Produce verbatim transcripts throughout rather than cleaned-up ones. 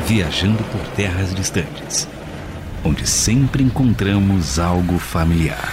viajando por terras distantes, onde sempre encontramos algo familiar.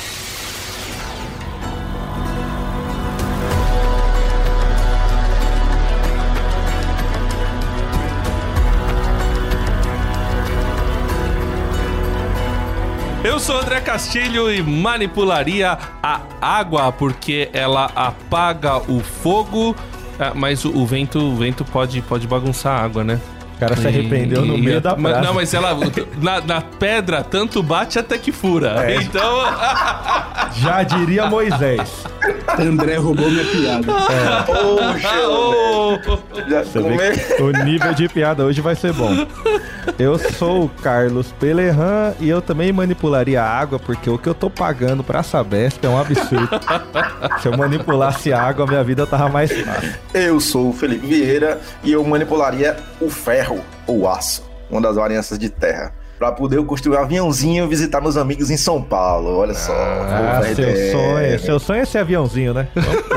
Eu sou André Castilho e manipularia a água porque ela apaga o fogo, mas o vento, o vento pode, pode bagunçar a água, né? O cara se arrependeu e, no meio e, da praça. Não, mas ela na, na pedra tanto bate até que fura. É. Então... Já diria Moisés. André roubou minha piada. É. Poxa, oh, Você vê que o nível de piada hoje vai ser bom. Eu sou o Carlos Pelerran e eu também manipularia a água, porque o que eu tô pagando pra Sabesp é um absurdo. Se eu manipulasse a água, minha vida tava mais fácil. Eu sou o Felipe Vieira e eu manipularia o ferro ou aço, uma das varianças de terra, pra poder eu construir um aviãozinho e visitar meus amigos em São Paulo. Olha só. Ah, seu ideia. sonho. Seu sonho é esse aviãozinho, né?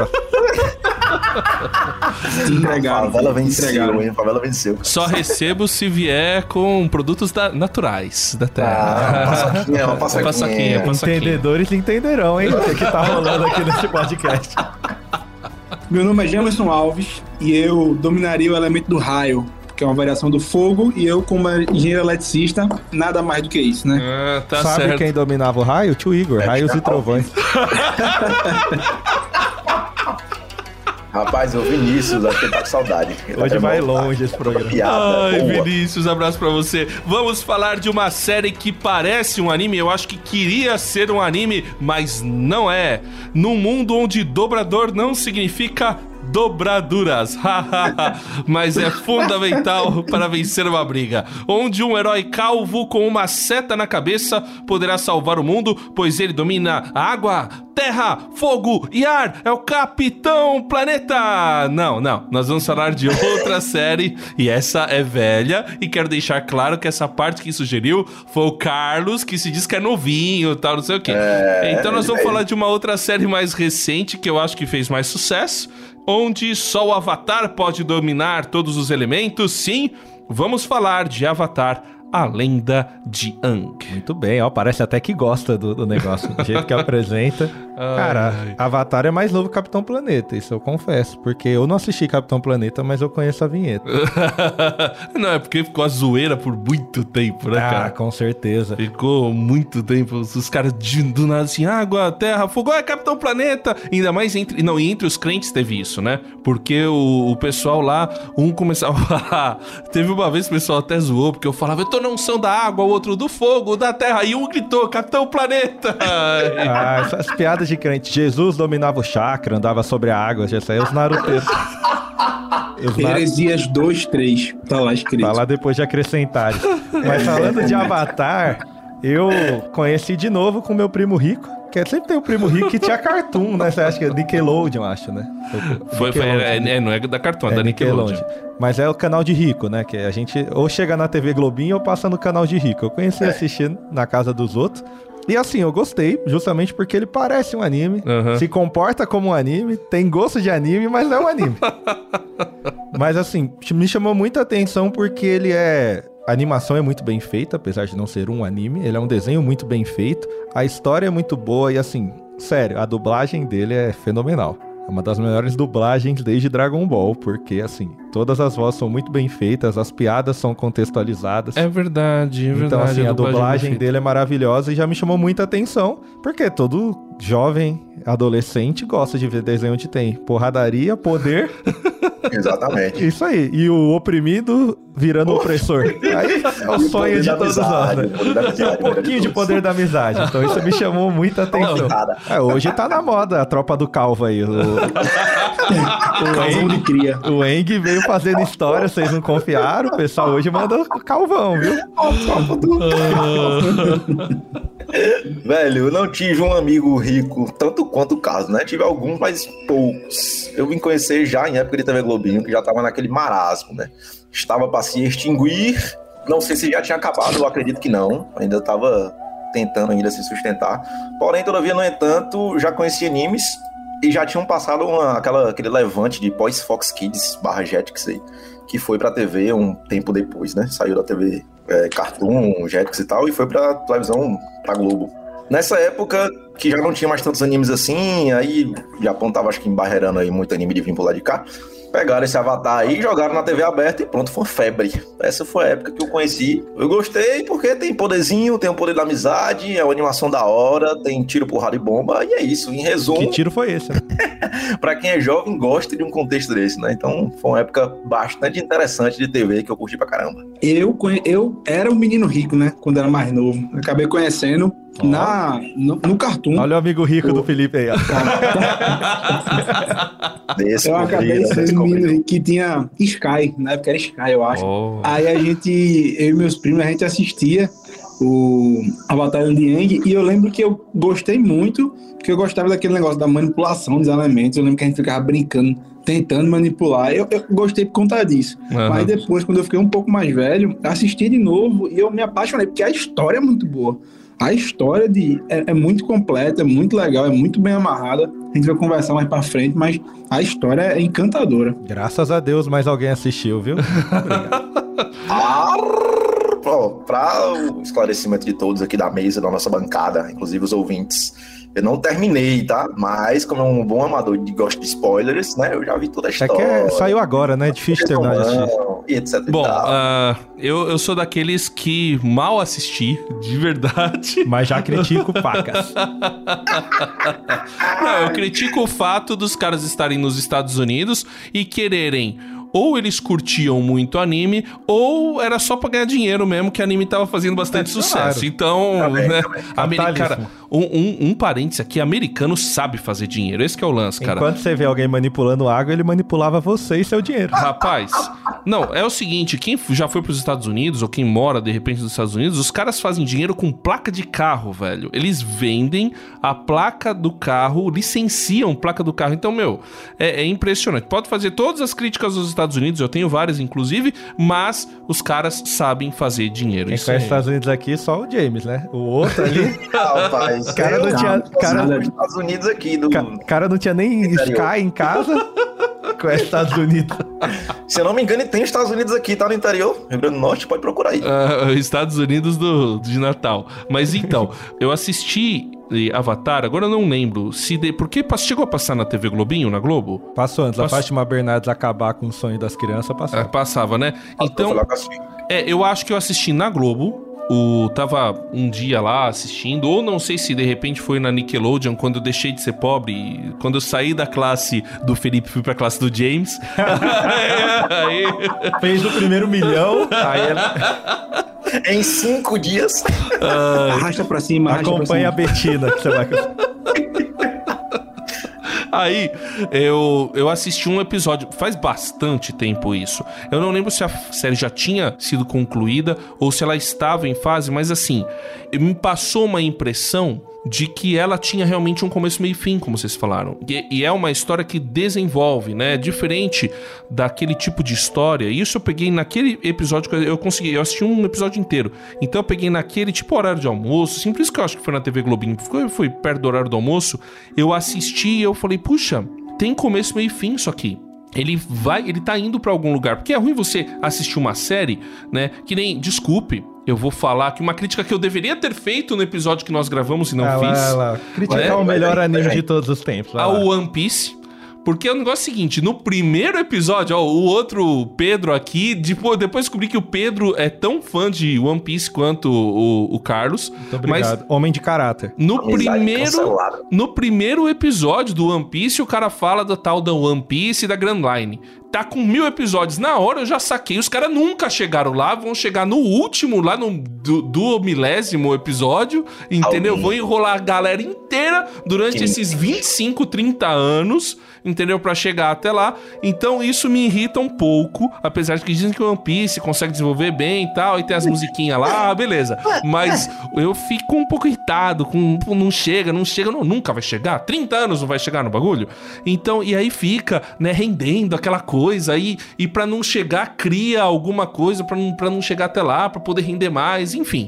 Entregaram. A favela venceu, hein? A favela venceu. Só recebo se vier com produtos da, naturais da terra. Ah, paçoquinha, uma paçoquinha. paçoquinha, paçoquinha. Entendedores entenderão, hein? O que tá rolando aqui nesse podcast. Meu nome é Jamerson Alves e eu dominaria o elemento do raio, que é uma variação do fogo, e eu, como engenheiro eletricista, nada mais do que isso, né? Ah, tá Sabe certo. Quem dominava o raio? Tio Igor, é raios e trovões. Rapaz, o Vinícius, acho que ele tá com saudade. Ele Hoje tá vai mal, longe esse programa. Piada, Ai, boa. Vinícius, abraço pra você. Vamos falar de uma série que parece um anime. Eu acho que queria ser um anime, mas não é. Num mundo onde dobrador não significa dobraduras, mas é fundamental para vencer uma briga, onde um herói calvo com uma seta na cabeça poderá salvar o mundo, pois ele domina a água, terra, fogo e ar. É o Capitão Planeta. Não, não, nós vamos falar de outra série, e essa é velha, e quero deixar claro que essa parte que sugeriu foi o Carlos, que se diz que é novinho e tal, não sei o que. É, então nós vamos é. falar de uma outra série mais recente, que eu acho que fez mais sucesso, onde só o Avatar pode dominar todos os elementos. Sim, vamos falar de Avatar, a Lenda de Aang. Muito bem, ó, parece até que gosta do, do negócio, do jeito que apresenta. Cara, ai. Avatar é mais novo que Capitão Planeta, isso eu confesso, porque eu não assisti Capitão Planeta, mas eu conheço a vinheta. Não, é porque ficou a zoeira por muito tempo, né, ah, cara? Ah, com certeza. Ficou muito tempo, os caras de, do nada assim, água, terra, fogo, é Capitão Planeta. Ainda mais entre, não, e entre os crentes teve isso, né? Porque o, o pessoal lá, um começava a falar, teve uma vez que o pessoal até zoou, porque eu falava, eu tô na unção da água, o outro do fogo, da terra, e um gritou, Capitão Planeta. Ah, essas piadas de crente. Jesus dominava o chakra, andava sobre a água, já saiu os naruteiros. Heresias dois, três, tá lá escrito. Tá lá depois de acrescentar. Mas falando de Avatar, eu conheci de novo com meu primo rico, que sempre tem o primo rico que tinha Cartoon, né? Você acha que é Nickelodeon, acho, né? Foi, foi é, é, não é da Cartoon, é da Nickelodeon. Nickelodeon. Mas é o canal de rico, né? Que a gente ou chega na T V Globinho ou passa no canal de rico. Eu conheci é. assistindo na casa dos outros. E assim, eu gostei, justamente porque ele parece um anime, uhum. se comporta como um anime, tem gosto de anime, mas não é um anime. Mas assim, me chamou muita atenção porque ele é... A animação é muito bem feita, apesar de não ser um anime. Ele é um desenho muito bem feito. A história é muito boa e assim, sério, a dublagem dele é fenomenal. É uma das melhores dublagens desde Dragon Ball, porque assim, todas as vozes são muito bem feitas, as piadas são contextualizadas. É verdade, é verdade. Então assim, a dublagem, a dublagem é dele é maravilhosa e já me chamou muita atenção, porque todo jovem, adolescente gosta de ver desenho onde tem porradaria, poder... Exatamente. Isso aí. E o oprimido virando Uf. opressor. Aí é o sonho de todos nós, né? E um pouquinho de poder da amizade. Então isso me chamou muita atenção. É, hoje tá na moda a tropa do calvo aí. O, o, cria. o Eng veio fazendo história, vocês não confiaram. O pessoal hoje manda o calvão, viu? A tropa do calvo. Velho, eu não tive um amigo rico, tanto quanto o caso, né? Tive alguns, mas poucos. Eu vim conhecer já em época de T V Globinho, que já tava naquele marasmo, né? Estava para se extinguir. Não sei se já tinha acabado, eu acredito que não. Ainda tava tentando ainda se sustentar. Porém, todavia, no entanto, já conheci animes e já tinham passado uma, aquela, aquele levante de pós-Fox Kids barra Jetix aí, que foi pra T V um tempo depois, né? Saiu da T V é, Cartoon, Jetix e tal, e foi pra televisão, pra Globo. Nessa época, que já não tinha mais tantos animes assim, aí o Japão tava, acho que, embarreirando aí muito anime de vir por lá de cá. Pegaram esse Avatar aí, jogaram na T V aberta e pronto, foi uma febre. Essa foi a época que eu conheci. Eu gostei porque tem poderzinho, tem o poder da amizade, é uma animação da hora, tem tiro, porrada e bomba, e é isso. Em resumo... Que tiro foi esse? Né? Pra quem é jovem, gosta de um contexto desse, né? Então, foi uma época bastante interessante de T V que eu curti pra caramba. Eu, eu era um menino rico, né? Quando era mais novo. Acabei conhecendo oh. na, no, no Cartoon. Olha o amigo rico oh. do Felipe aí. Eu acabei sendo um menino rico que tinha Sky. Na época era Sky, eu acho. Oh. Aí a gente, eu e meus primos, a gente assistia o Avatar de Aang, e eu lembro que eu gostei muito, porque eu gostava daquele negócio da manipulação dos elementos. Eu lembro que a gente ficava brincando, tentando manipular. Eu, eu gostei por conta disso. Uhum. Mas depois, quando eu fiquei um pouco mais velho, assisti de novo e eu me apaixonei, porque a história é muito boa. A história de, é, é muito completa, é muito legal, é muito bem amarrada. A gente vai conversar mais pra frente, mas a história é encantadora. Graças a Deus, mais alguém assistiu, viu? Obrigado. Para o esclarecimento de todos aqui da mesa, da nossa bancada, inclusive os ouvintes, eu não terminei, tá? Mas, como é um bom amador de gosto de spoilers, né? Eu já vi toda a história. É que saiu agora, né? É difícil terminar de assistir. E etc. Bom, uh, eu, eu sou daqueles que mal assisti, de verdade. Mas já critico pacas. Não, eu critico o fato dos caras estarem nos Estados Unidos e quererem... Ou eles curtiam muito anime, ou era só pra ganhar dinheiro mesmo, que anime tava fazendo bastante é, sucesso. Claro. Então, também, né? Também. Americana, um, um, um parênteses aqui, americano sabe fazer dinheiro. Esse que é o lance, cara. Enquanto você vê alguém manipulando água, ele manipulava você e seu dinheiro. Rapaz, não, é o seguinte, quem já foi pros Estados Unidos, ou quem mora, de repente, nos Estados Unidos, os caras fazem dinheiro com placa de carro, velho. Eles vendem a placa do carro, licenciam a placa do carro. Então, meu, é, é impressionante. Pode fazer todas as críticas dos Estados Unidos, eu tenho várias, inclusive, mas os caras sabem fazer dinheiro. Quem conhece os Estados Unidos aqui, só o James, né? O outro ali... Rapaz, o cara não tinha... Cara, os Estados Unidos aqui, do... Ca, cara não tinha nem Sky em casa... Conhece Estados Unidos. Se eu não me engano, tem Estados Unidos aqui, tá no interior. Rio Grande do Norte, pode procurar aí. Uh, Estados Unidos do, de Natal. Mas então, eu assisti Avatar, agora eu não lembro se de, porque chegou a passar na T V Globinho, na Globo? Passou antes. Pass... A Fátima Bernardes acabar com o sonho das crianças, passava. É, passava, né? Então, é, eu acho que eu assisti na Globo. O, tava um dia lá assistindo, ou não sei se de repente foi na Nickelodeon, quando eu deixei de ser pobre, quando eu saí da classe do Felipe e fui pra classe do James. aí, fez o primeiro milhão, aí ela... em cinco dias. Uh, arrasta pra cima, arrasta acompanha pra cima. A Betina, que você vai... Aí, eu, eu assisti um episódio, faz bastante tempo isso. Eu não lembro se a série já tinha sido concluída ou se ela estava em fase, mas assim, me passou uma impressão de que ela tinha realmente um começo, meio e fim, como vocês falaram. E, e é uma história que desenvolve, né? Diferente daquele tipo de história. E isso eu peguei naquele episódio que eu consegui. Eu assisti um episódio inteiro. Então eu peguei naquele tipo horário de almoço. Assim, por isso que eu acho que foi na T V Globinho. Foi, foi perto do horário do almoço. Eu assisti e eu falei, puxa, tem começo, meio e fim isso aqui. Ele vai, ele tá indo pra algum lugar. Porque é ruim você assistir uma série, né? Que nem, desculpe, eu vou falar que uma crítica que eu deveria ter feito no episódio que nós gravamos e não ah, fiz. Lá, lá. Criticar né? o melhor anime de todos os tempos. A One Piece. Porque é o negócio seguinte, no primeiro episódio, ó, o outro Pedro aqui, depois, depois descobri que o Pedro é tão fã de One Piece quanto o, o Carlos. Muito obrigado. Mas Homem de caráter. No primeiro, no primeiro episódio do One Piece, o cara fala da tal da One Piece e da Grand Line. Tá com mil episódios. Na hora eu já saquei. Os caras nunca chegaram lá. Vão chegar no último, lá no do, do milésimo episódio. Entendeu? Alguém. Vão enrolar a galera inteira durante Sim. esses vinte e cinco, trinta anos. Entendeu? Pra chegar até lá. Então isso me irrita um pouco. Apesar de que dizem que o One Piece consegue desenvolver bem e tal. E tem as musiquinhas lá. Beleza. Mas eu fico um pouco irritado. Com, não chega, não chega. Não, nunca vai chegar. trinta anos não vai chegar no bagulho. Então, e aí fica, né? Rendendo aquela coisa. Coisa aí, e pra não chegar, cria alguma coisa pra não, pra não chegar até lá, pra poder render mais, enfim.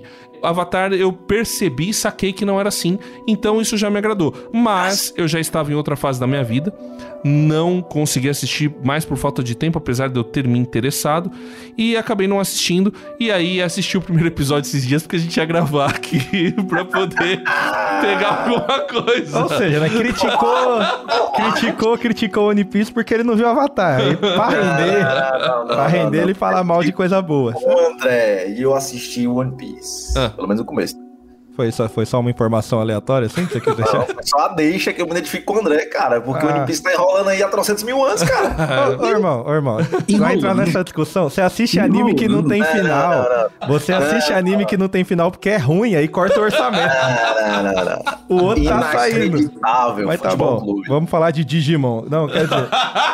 Avatar eu percebi e saquei que não era assim, então isso já me agradou. Mas eu já estava em outra fase da minha vida, não consegui assistir mais por falta de tempo, apesar de eu ter me interessado, e acabei não assistindo, e aí assisti o primeiro episódio esses dias, porque a gente ia gravar aqui pra poder pegar alguma coisa. Ou seja, né, criticou, criticou, criticou o One Piece porque ele não viu Avatar. E pra render, não, não, não, pra render não, não, ele falar mal de coisa boa. Ô, André, eu assisti One Piece, ah. pelo menos no começo. Foi só, foi só uma informação aleatória, assim, que você quis deixar? Não, foi só a deixa que eu me identifico com o André, cara, porque ah. o One Piece tá enrolando aí há trocentos mil anos, cara. Ô, ô, irmão, ô, irmão, vai entrar nessa discussão. Você assiste anime que não tem final. Não, não, não. Você assiste anime que não tem final porque é ruim, aí corta o orçamento. Não, não, não. O outro tá saindo. Mas tá bom, clube. Vamos falar de Digimon. Não, quer dizer...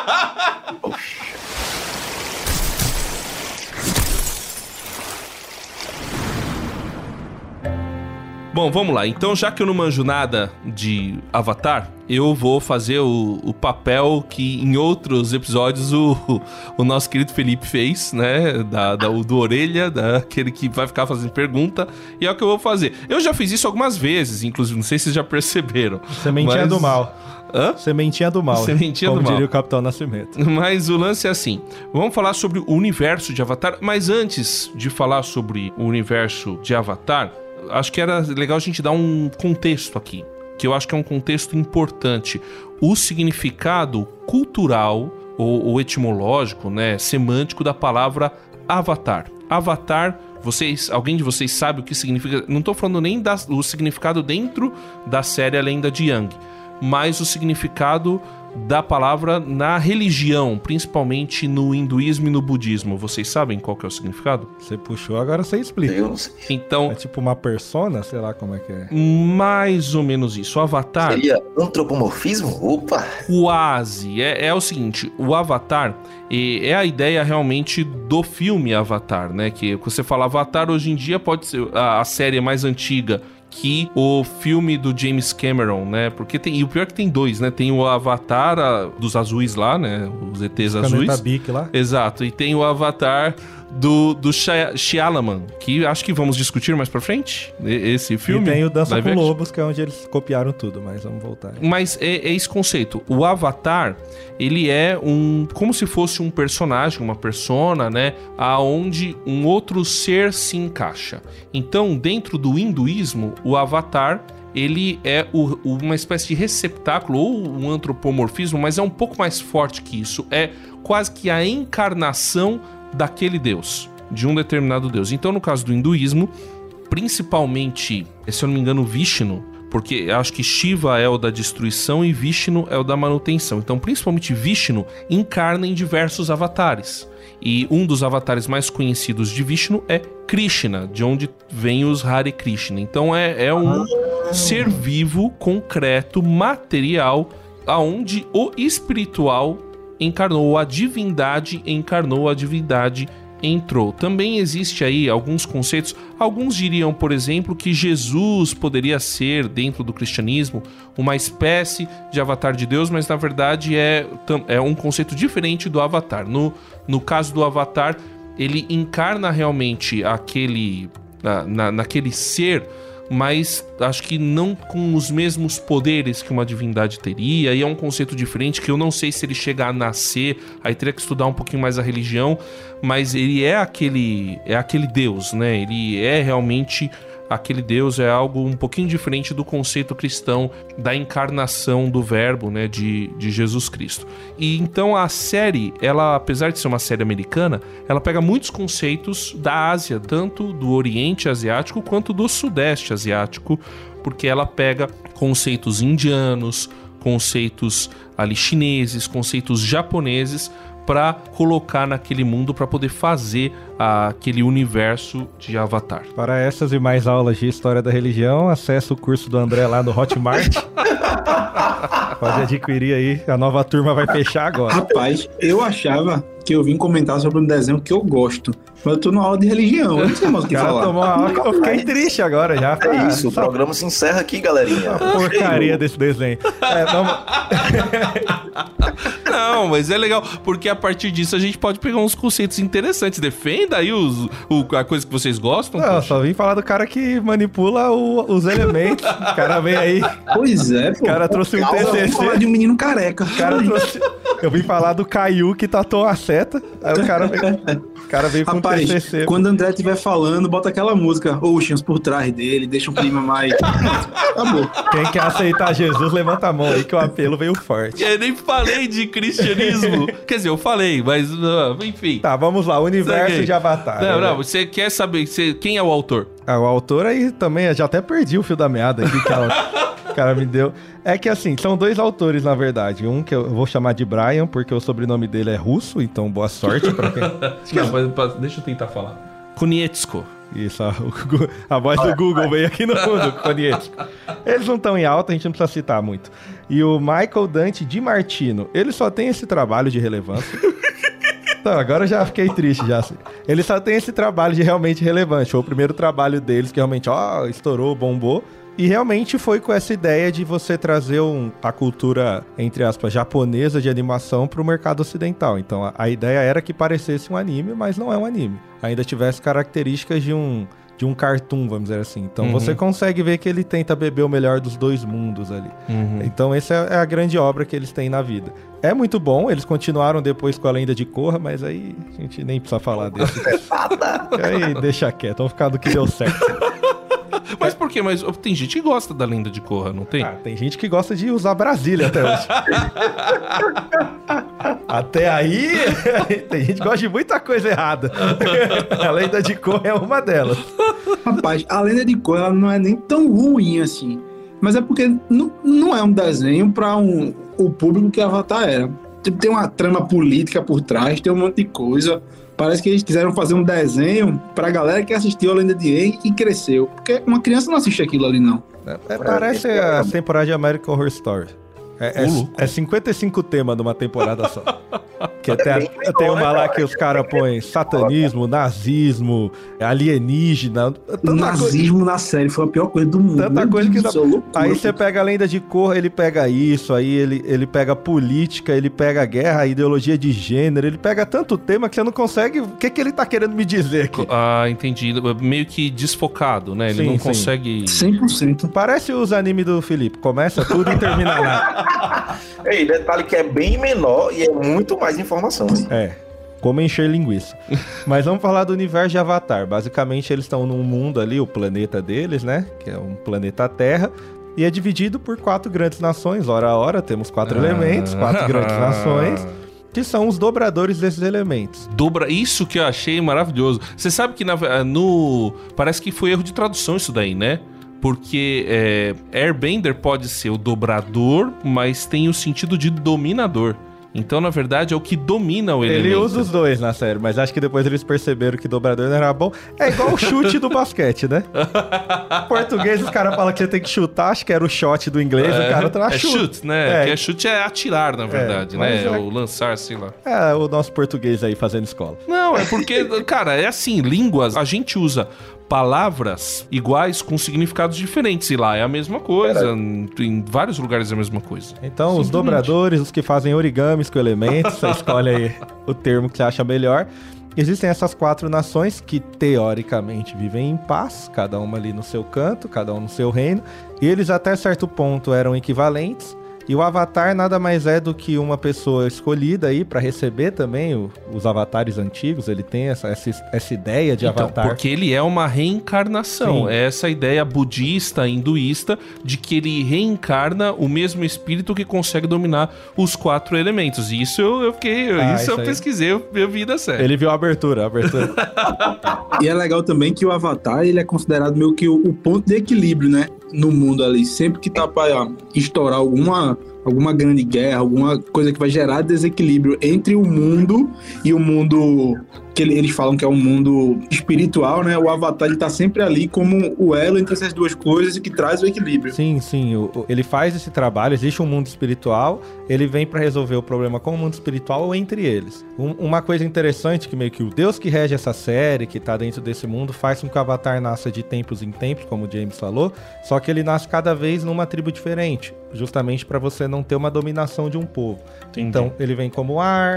Bom, vamos lá. Então, já que eu não manjo nada de Avatar, eu vou fazer o, o papel que em outros episódios o, o nosso querido Felipe fez, né? Da, da, do Orelha, daquele que vai ficar fazendo pergunta. E é o que eu vou fazer. Eu já fiz isso algumas vezes, inclusive, não sei se vocês já perceberam. Sementinha mas... do mal. Hã? Sementinha do mal. Sementinha como do mal. diria o Capitão Nascimento. Mas o lance é assim. Vamos falar sobre o universo de Avatar. Mas antes de falar sobre o universo de Avatar... Acho que era legal a gente dar um contexto aqui, que eu acho que é um contexto importante. O significado cultural ou, ou etimológico, né, semântico da palavra avatar. Avatar, vocês, alguém de vocês sabe o que significa? Não estou falando nem do significado dentro da série A Lenda de Aang, mas o significado da palavra na religião, principalmente no hinduísmo e no budismo. Vocês sabem qual que é o significado? Você puxou, agora você explica. Deus. Então, é tipo uma persona? Sei lá como é que é. Mais ou menos isso. O Avatar... Seria antropomorfismo? Opa! Quase. É, é o seguinte, o Avatar é, é a ideia realmente do filme Avatar, né? Que você fala Avatar hoje em dia pode ser a, a série mais antiga que o filme do James Cameron, né? Porque tem... E o pior é que tem dois, né? Tem o Avatar a, dos azuis lá, né? Os E Tês azuis. Bic lá. Exato. E tem o Avatar do, do Shyamalan, que acho que vamos discutir mais pra frente, esse filme. E tem o Dança com Lobos, que é onde eles copiaram tudo, mas vamos voltar. Mas é, é esse conceito. O Avatar, ele é um... como se fosse um personagem, uma persona, né? Aonde um outro ser se encaixa. Então, dentro do hinduísmo, o Avatar... ele é o, uma espécie de receptáculo ou um antropomorfismo, mas é um pouco mais forte que isso. É quase que a encarnação daquele deus, de um determinado deus. Então, no caso do hinduísmo, principalmente, se eu não me engano, Vishnu, porque acho que Shiva é o da destruição e Vishnu é o da manutenção. Então, principalmente Vishnu encarna em diversos avatares. E um dos avatares mais conhecidos de Vishnu é Krishna, de onde vem os Hare Krishna. Então é, é um ser vivo, concreto, material, aonde o espiritual encarnou, a divindade encarnou, a divindade entrou. Também existe aí alguns conceitos. Alguns diriam, por exemplo, que Jesus poderia ser, dentro do cristianismo, uma espécie de avatar de Deus, mas na verdade é, é um conceito diferente do avatar. No, no caso do avatar, ele encarna realmente aquele, na, na, naquele ser, mas acho que não com os mesmos poderes que uma divindade teria, e é um conceito diferente que eu não sei se ele chega a nascer, aí teria que estudar um pouquinho mais a religião, mas ele é aquele, é aquele Deus, né? Ele é realmente aquele Deus, é algo um pouquinho diferente do conceito cristão da encarnação do verbo, né, de, de Jesus Cristo. E então a série, ela, apesar de ser uma série americana, ela pega muitos conceitos da Ásia, tanto do Oriente Asiático quanto do Sudeste Asiático, porque ela pega conceitos indianos, conceitos ali chineses, conceitos japoneses, para colocar naquele mundo, para poder fazer ah, aquele universo de Avatar. Para essas e mais aulas de História da Religião, acesse o curso do André lá no Hotmart. Pode adquirir aí, a nova turma vai fechar agora. Rapaz, eu achava que eu vim comentar sobre um desenho que eu gosto, mas eu tô numa aula de religião, eu não sei mais o que cara falar. Tomou uma aula que eu fiquei triste agora já. É isso, o programa se encerra aqui, galerinha. A porcaria desse desenho. É, vamos... Não, mas é legal, porque a partir disso a gente pode pegar uns conceitos interessantes. Defenda aí os, o, a coisa que vocês gostam? Não, poxa. Só vim falar do cara que manipula o, os elementos. O cara vem aí. Pois é, pô. O cara trouxe um T C C. Eu vim falar de um menino careca. O cara trouxe... Eu vim falar do Caio que tatuou a seta. Aí o cara veio, o cara veio com Rapaz, T C C. Quando o André estiver falando, bota aquela música Oceans por trás dele, deixa um clima mais... Acabou. Quem quer aceitar Jesus, levanta a mão aí que o apelo veio forte. Eu nem falei de cristianismo. Quer dizer, eu falei, mas uh, enfim. Tá, vamos lá. Universo de Avatar. Não, né? não, você quer saber você, quem é o autor? Ah, o autor aí também, eu já até perdi o fio da meada aqui que o cara me deu. É que assim, são dois autores, na verdade. Um que eu vou chamar de Brian, porque o sobrenome dele é russo, então boa sorte pra quem... Não, mas deixa eu tentar falar. Kunietsko. Isso, a, o, a voz do Google veio aqui no fundo, Kunietsko. Eles não estão em alta, a gente não precisa citar muito. E o Michael Dante Di Martino, ele só tem esse trabalho de relevância. Então, agora eu já fiquei triste, já. Ele só tem esse trabalho de realmente relevante. Foi o primeiro trabalho deles que realmente, ó, estourou, bombou. E realmente foi com essa ideia de você trazer um, a cultura, entre aspas, japonesa de animação para o mercado ocidental. Então, a, a ideia era que parecesse um anime, mas não é um anime. Ainda tivesse características de um... de um cartoon, vamos dizer assim. Então uhum. você consegue ver que ele tenta beber o melhor dos dois mundos ali. Uhum. Então essa é a grande obra que eles têm na vida. É muito bom, eles continuaram depois com a Lenda de Korra, mas aí a gente nem precisa falar desse. Aí deixa quieto, vamos ficar do que deu certo. Mas por quê? Mas tem gente que gosta da Lenda de Korra, não tem? Ah, tem gente que gosta de usar Brasília até hoje. Até aí, tem gente que gosta de muita coisa errada. A Lenda de Korra é uma delas. Rapaz, a Lenda de Korra ela não é nem tão ruim assim. Mas é porque não, não é um desenho para um, o público que Avatar era. Tem uma trama política por trás, tem um monte de coisa. Parece que eles quiseram fazer um desenho pra galera que assistiu a Lenda de Aang e cresceu. Porque uma criança não assiste aquilo ali, não. É, é, parece a temporada de American Horror Story. É, é, é cinquenta e cinco temas numa temporada só. Que até, é tem uma lá que os caras põem satanismo, nazismo, alienígena. O nazismo coisa... na série foi a pior coisa do mundo. Tanta coisa que dá... Aí você pega a Lenda de Korra, ele pega isso, aí ele, ele pega política, ele pega guerra, ideologia de gênero, ele pega tanto tema que você não consegue... O que, que ele tá querendo me dizer aqui? Ah, entendi. Meio que desfocado, né? Ele sim, não sim. consegue... cem por cento. Parece os animes do Felipe. Começa tudo e termina nada. Ei, detalhe que é bem menor e é muito mais informação. Hein? É, como encher linguiça. Mas vamos falar do universo de Avatar. Basicamente, eles estão num mundo ali, o planeta deles, né? Que é um planeta Terra. E é dividido por quatro grandes nações. Hora a hora, temos quatro ah. elementos, quatro grandes nações. Que são os dobradores desses elementos. Dobra, isso que eu achei maravilhoso. Você sabe que na, no... parece que foi erro de tradução isso daí, né? Porque é, Airbender pode ser o dobrador, mas tem o sentido de dominador. Então, na verdade, é o que domina o elemento. Ele usa os dois na série, mas acho que depois eles perceberam que dobrador não era bom. É igual o chute do basquete, né? Em português, os caras falam que você tem que chutar, acho que era o shot do inglês, é, o cara tá é chute. chute, né? É. Que é chute é atirar, na verdade, é, né? É, é o lançar, sei lá. É, o nosso português aí fazendo escola. Não, é porque, cara, é assim, línguas, a gente usa palavras iguais com significados diferentes. E lá é a mesma coisa. Em, em vários lugares é a mesma coisa. Então, os dobradores, os que fazem origamis com elementos, você escolhe aí o termo que você acha melhor. Existem essas quatro nações que, teoricamente, vivem em paz, cada uma ali no seu canto, cada um no seu reino. E eles, até certo ponto, eram equivalentes. E o Avatar nada mais é do que uma pessoa escolhida aí para receber também o, os avatares antigos. Ele tem essa, essa, essa ideia de então, avatar. Porque ele é uma reencarnação. Sim. É essa ideia budista, hinduísta, de que ele reencarna o mesmo espírito que consegue dominar os quatro elementos. E isso eu, eu fiquei. Ah, isso, isso eu aí. pesquisei, eu, eu vi da série. Ele viu a abertura, a abertura. E é legal também que o Avatar ele é considerado meio que o, o ponto de equilíbrio, né? No mundo ali. Sempre que tá pra estourar alguma, alguma grande guerra, alguma coisa que vai gerar desequilíbrio entre o mundo e o mundo que eles falam que é um mundo espiritual, né? O Avatar ele tá sempre ali como o elo entre essas duas coisas e que traz o equilíbrio. Sim, sim. O, o, ele faz esse trabalho, existe um mundo espiritual, ele vem pra resolver o problema com o mundo espiritual ou entre eles. Um, uma coisa interessante que meio que o Deus que rege essa série, que tá dentro desse mundo, faz com que o Avatar nasça de tempos em tempos, como o James falou, só que ele nasce cada vez numa tribo diferente, justamente pra você não ter uma dominação de um povo. Entendi. Então, ele vem como ar,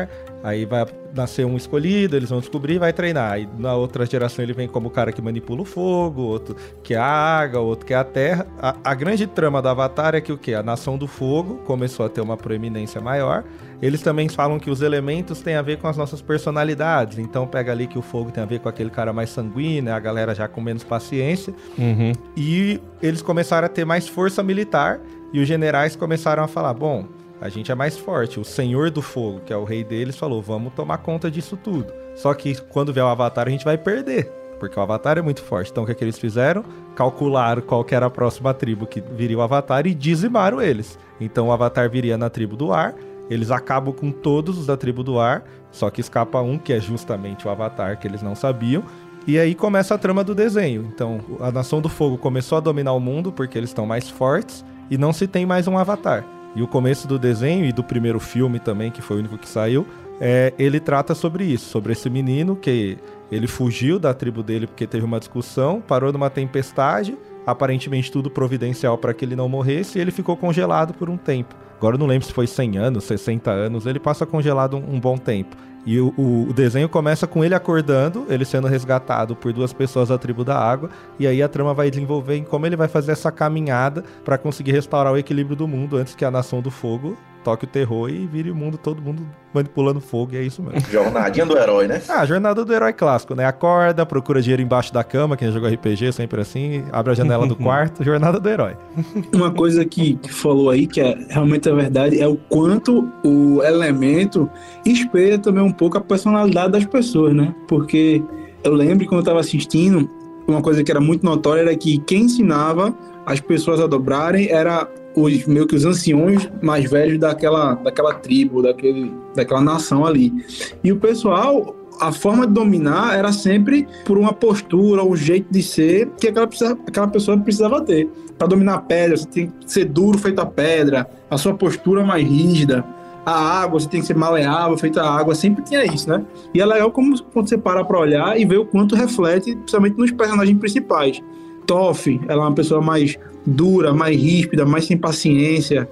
Aí vai nascer um escolhido, eles vão descobrir e vai treinar. Aí na outra geração ele vem como o cara que manipula o fogo, outro que é a água, outro que é a terra. A, a grande trama do Avatar é que o quê? A nação do fogo começou a ter uma proeminência maior. Eles também falam que os elementos têm a ver com as nossas personalidades. Então pega ali que o fogo tem a ver com aquele cara mais sanguíneo, a galera já com menos paciência. Uhum. E eles começaram a ter mais força militar e os generais começaram a falar, bom... A gente é mais forte. O Senhor do Fogo, que é o rei deles, falou, vamos tomar conta disso tudo. Só que quando vier o Avatar, a gente vai perder, porque o Avatar é muito forte. Então o que, é que eles fizeram? Calcularam qual que era a próxima tribo que viria o Avatar e dizimaram eles. Então o Avatar viria na tribo do ar, eles acabam com todos os da tribo do ar, só que escapa um, que é justamente o Avatar, que eles não sabiam. E aí começa a trama do desenho. Então a Nação do Fogo começou a dominar o mundo porque eles estão mais fortes e não se tem mais um Avatar. E o começo do desenho e do primeiro filme também, que foi o único que saiu, é, ele trata sobre isso, sobre esse menino que ele fugiu da tribo dele porque teve uma discussão, parou numa tempestade, aparentemente tudo providencial para que ele não morresse, e ele ficou congelado por um tempo. Agora eu não lembro se foi cem anos, sessenta anos, ele passa congelado um, um bom tempo. E o, o, o desenho começa com ele acordando, ele sendo resgatado por duas pessoas da tribo da água, e aí a trama vai desenvolver em como ele vai fazer essa caminhada para conseguir restaurar o equilíbrio do mundo antes que a Nação do Fogo toque o terror e vire o mundo, todo mundo manipulando fogo, e é isso mesmo. Jornadinha do herói, né? Ah, jornada do herói clássico, né? Acorda, procura dinheiro embaixo da cama, quem jogou R P G sempre assim, abre a janela do quarto, jornada do herói. Uma coisa que, que falou aí, que é realmente a verdade, é o quanto o elemento espelha também um pouco a personalidade das pessoas, né? Porque eu lembro quando eu tava assistindo, uma coisa que era muito notória era que quem ensinava as pessoas a dobrarem era os meio que os anciões mais velhos daquela, daquela tribo, daquele, daquela nação ali. E o pessoal, a forma de dominar era sempre por uma postura, um jeito de ser que aquela, aquela pessoa precisava ter. Para dominar a pedra, você tem que ser duro feito a pedra, a sua postura mais rígida. A água, você tem que ser maleável, feito a água, sempre tinha isso, né? E é legal como quando você para pra olhar e ver o quanto reflete, principalmente nos personagens principais. Toph, ela é uma pessoa mais dura, mais ríspida, mais sem paciência.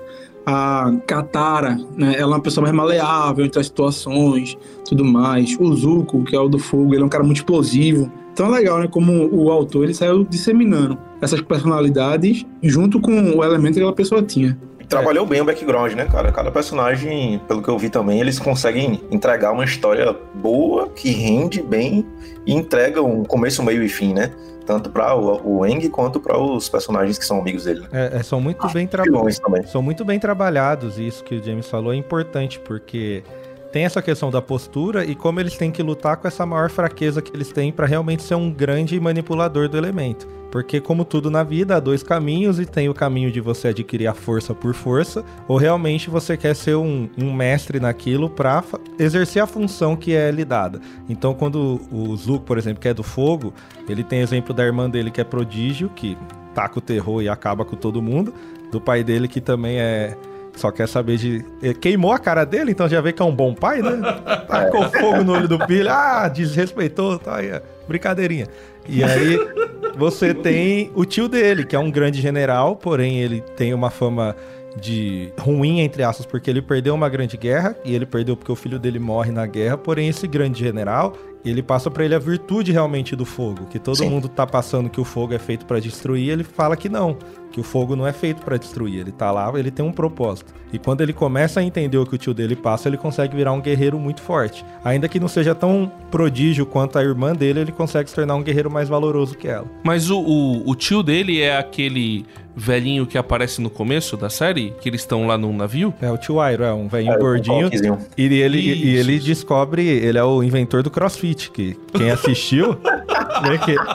A Katara, né? Ela é uma pessoa mais maleável entre as situações, tudo mais. O Zuko, que é o do fogo, ele é um cara muito explosivo. Então é legal, né? Como o autor, ele saiu disseminando essas personalidades junto com o elemento que aquela pessoa tinha. Trabalhou bem o background, né, cara? Cada personagem, pelo que eu vi também, eles conseguem entregar uma história boa, que rende bem e entrega um começo, meio e fim, né? Tanto para o, o Aang quanto para os personagens que são amigos dele. É, é, são muito bem trabalhados. São muito bem trabalhados, e isso que o James falou é importante, porque tem essa questão da postura e como eles têm que lutar com essa maior fraqueza que eles têm para realmente ser um grande manipulador do elemento. Porque, como tudo na vida, há dois caminhos, e tem o caminho de você adquirir a força por força, ou realmente você quer ser um, um mestre naquilo para exercer a função que é lhe dada. Então, quando o Zuko, por exemplo, que é do fogo, ele tem exemplo da irmã dele que é prodígio, que taca o terror e acaba com todo mundo, do pai dele que também é... só quer saber de... Queimou a cara dele, então já vê que é um bom pai, né? Tacou fogo no olho do filho, ah, desrespeitou, tá aí, brincadeirinha. E aí você tem o tio dele, que é um grande general, porém ele tem uma fama de ruim, entre aspas, porque ele perdeu uma grande guerra, e ele perdeu porque o filho dele morre na guerra, porém esse grande general, ele passa pra ele a virtude realmente do fogo, que todo Sim. mundo tá passando que o fogo é feito pra destruir, ele fala que não, que o fogo não é feito pra destruir, ele tá lá, ele tem um propósito. E quando ele começa a entender o que o tio dele passa, ele consegue virar um guerreiro muito forte. Ainda que não seja tão prodígio quanto a irmã dele, ele consegue se tornar um guerreiro mais valoroso que ela. Mas o, o, o tio dele é aquele velhinho que aparece no começo da série? Que eles estão lá num navio? É, o tio Airo, é um velhinho é, gordinho. Um e ele, e ele descobre, ele é o inventor do CrossFit, que quem assistiu, né,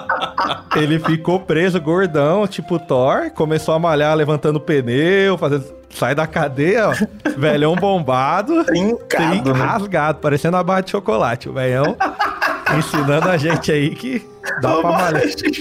que ele ficou preso gordão, tipo Thor, começou a malhar levantando pneu, fazendo... Sai da cadeia, ó, velhão bombado, trincado, trin... né? rasgado, parecendo uma barra de chocolate, o velhão ensinando a gente aí que dá pra malhar.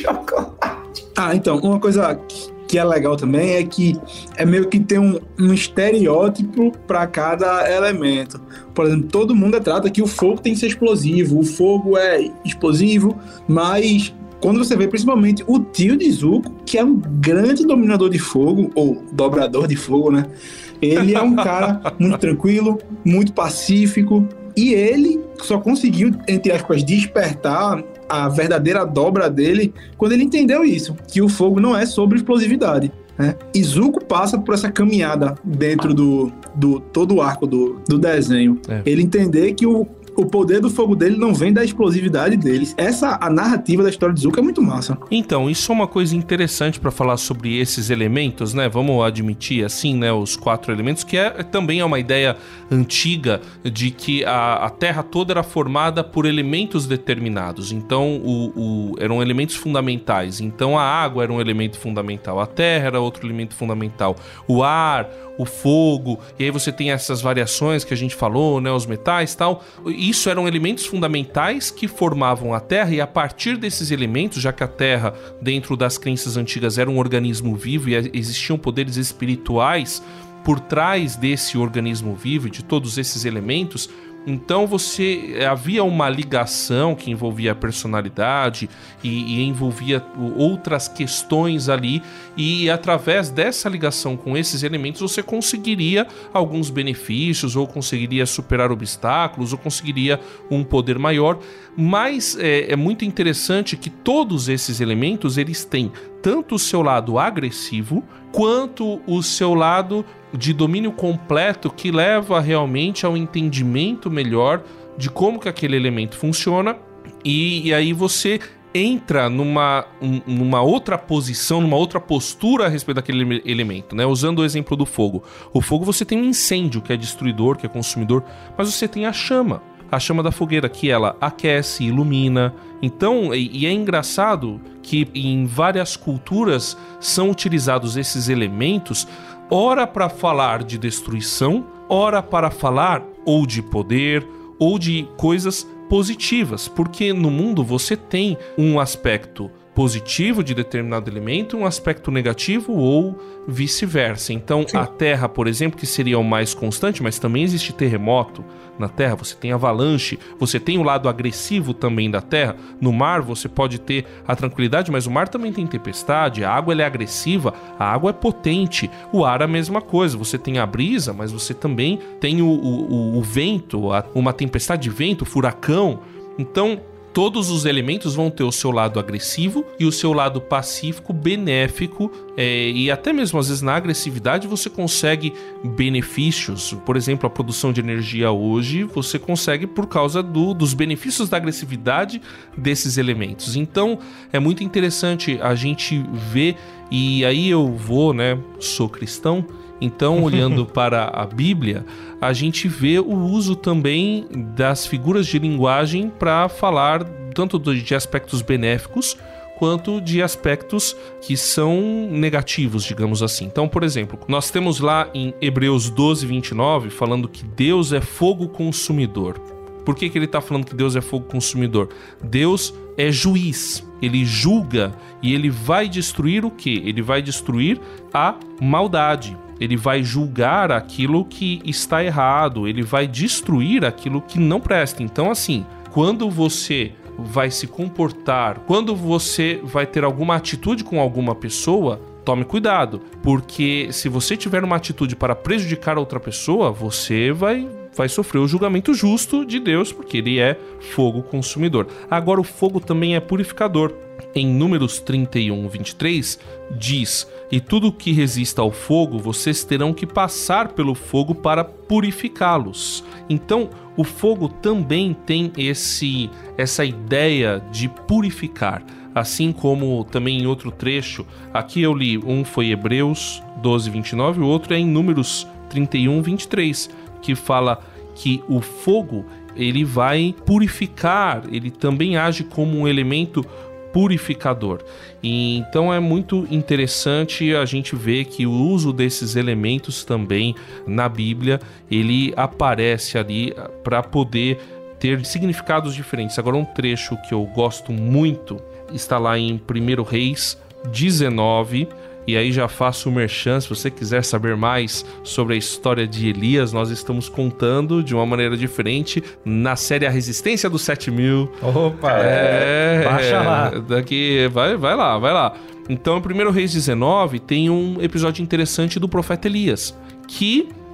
Ah, então, uma coisa que é legal também é que é meio que tem um, um estereótipo para cada elemento. Por exemplo, todo mundo trata que o fogo tem que ser explosivo, o fogo é explosivo, mas... Quando você vê principalmente o tio de Zuko, que é um grande dominador de fogo, ou dobrador de fogo, né? Ele é um cara muito tranquilo, muito pacífico, E ele só conseguiu, entre aspas, despertar a verdadeira dobra dele quando ele entendeu isso, que o fogo não é sobre explosividade. Né? E Zuko passa por essa caminhada dentro do, do todo o arco do, do desenho. É. Ele entender que o, o poder do fogo dele não vem da explosividade deles. Essa, a narrativa da história de Zuko é muito massa. Então, isso é uma coisa interessante para falar sobre esses elementos, né? Vamos admitir assim, né? Os quatro elementos, que é, também é uma ideia antiga de que a, a Terra toda era formada por elementos determinados. Então, o, o, eram elementos fundamentais. Então, a água era um elemento fundamental, a terra era outro elemento fundamental, o ar, o fogo, e aí você tem essas variações que a gente falou, né? Os metais e tal. Isso eram elementos fundamentais que formavam a Terra, e a partir desses elementos, já que a Terra, dentro das crenças antigas, era um organismo vivo e existiam poderes espirituais por trás desse organismo vivo e de todos esses elementos, então você havia uma ligação que envolvia a personalidade e, e envolvia outras questões ali, e através dessa ligação com esses elementos você conseguiria alguns benefícios, ou conseguiria superar obstáculos, ou conseguiria um poder maior. Mas é, é muito interessante que todos esses elementos eles têm tanto o seu lado agressivo quanto o seu lado de domínio completo, que leva realmente ao entendimento melhor de como que aquele elemento funciona, e, e aí você entra numa, um, numa outra posição, numa outra postura a respeito daquele elemento, né? Usando o exemplo do fogo. O fogo, você tem um incêndio que é destruidor, que é consumidor, mas você tem a chama. A chama da fogueira, que ela aquece, ilumina. Então, e, e é engraçado que em várias culturas são utilizados esses elementos, ora para falar de destruição, ora para falar ou de poder, ou de coisas positivas, porque no mundo você tem um aspecto positivo de determinado elemento, um aspecto negativo ou vice-versa. Então, sim, a Terra, por exemplo, que seria o mais constante, mas também existe terremoto na Terra, você tem avalanche, você tem o lado agressivo também da Terra. No mar você pode ter a tranquilidade, mas o mar também tem tempestade, a água ela é agressiva, a água é potente, o ar é a mesma coisa, você tem a brisa, mas você também tem o, o, o vento, a, uma tempestade de vento, furacão. Então, todos os elementos vão ter o seu lado agressivo e o seu lado pacífico, benéfico, é, e até mesmo às vezes na agressividade você consegue benefícios. Por exemplo, a produção de energia hoje você consegue por causa do, dos benefícios da agressividade desses elementos. Então é muito interessante a gente ver, e aí eu vou, né, sou cristão, então, olhando para a Bíblia, a gente vê o uso também das figuras de linguagem para falar tanto de aspectos benéficos quanto de aspectos que são negativos, digamos assim. Então, por exemplo, nós temos lá em Hebreus doze, vinte e nove, falando que Deus é fogo consumidor. Por que que ele está falando que Deus é fogo consumidor? Deus é juiz, ele julga e ele vai destruir o quê? Ele vai destruir a maldade. Ele vai julgar aquilo que está errado, ele vai destruir aquilo que não presta. Então, assim, quando você vai se comportar, quando você vai ter alguma atitude com alguma pessoa, tome cuidado, porque se você tiver uma atitude para prejudicar outra pessoa, você vai, vai sofrer o julgamento justo de Deus, porque ele é fogo consumidor. Agora, o fogo também é purificador. Em Números trinta e um, vinte e três, diz: e tudo que resista ao fogo, vocês terão que passar pelo fogo para purificá-los. Então, o fogo também tem esse, essa ideia de purificar. Assim como também em outro trecho, aqui eu li, um foi Hebreus doze, vinte e nove, o outro é em Números trinta e um, vinte e três, que fala que o fogo, ele vai purificar, ele também age como um elemento purificador. E então é muito interessante a gente ver que o uso desses elementos também na Bíblia, ele aparece ali para poder ter significados diferentes. Agora, um trecho que eu gosto muito está lá em primeiro Reis dezenove, e aí já faço o merchan, se você quiser saber mais sobre a história de Elias, nós estamos contando de uma maneira diferente na série A Resistência dos Sete Mil. Opa! É, baixa lá. Daqui, vai, vai lá, vai lá. Então, em primeiro Reis dezenove, tem um episódio interessante do profeta Elias, que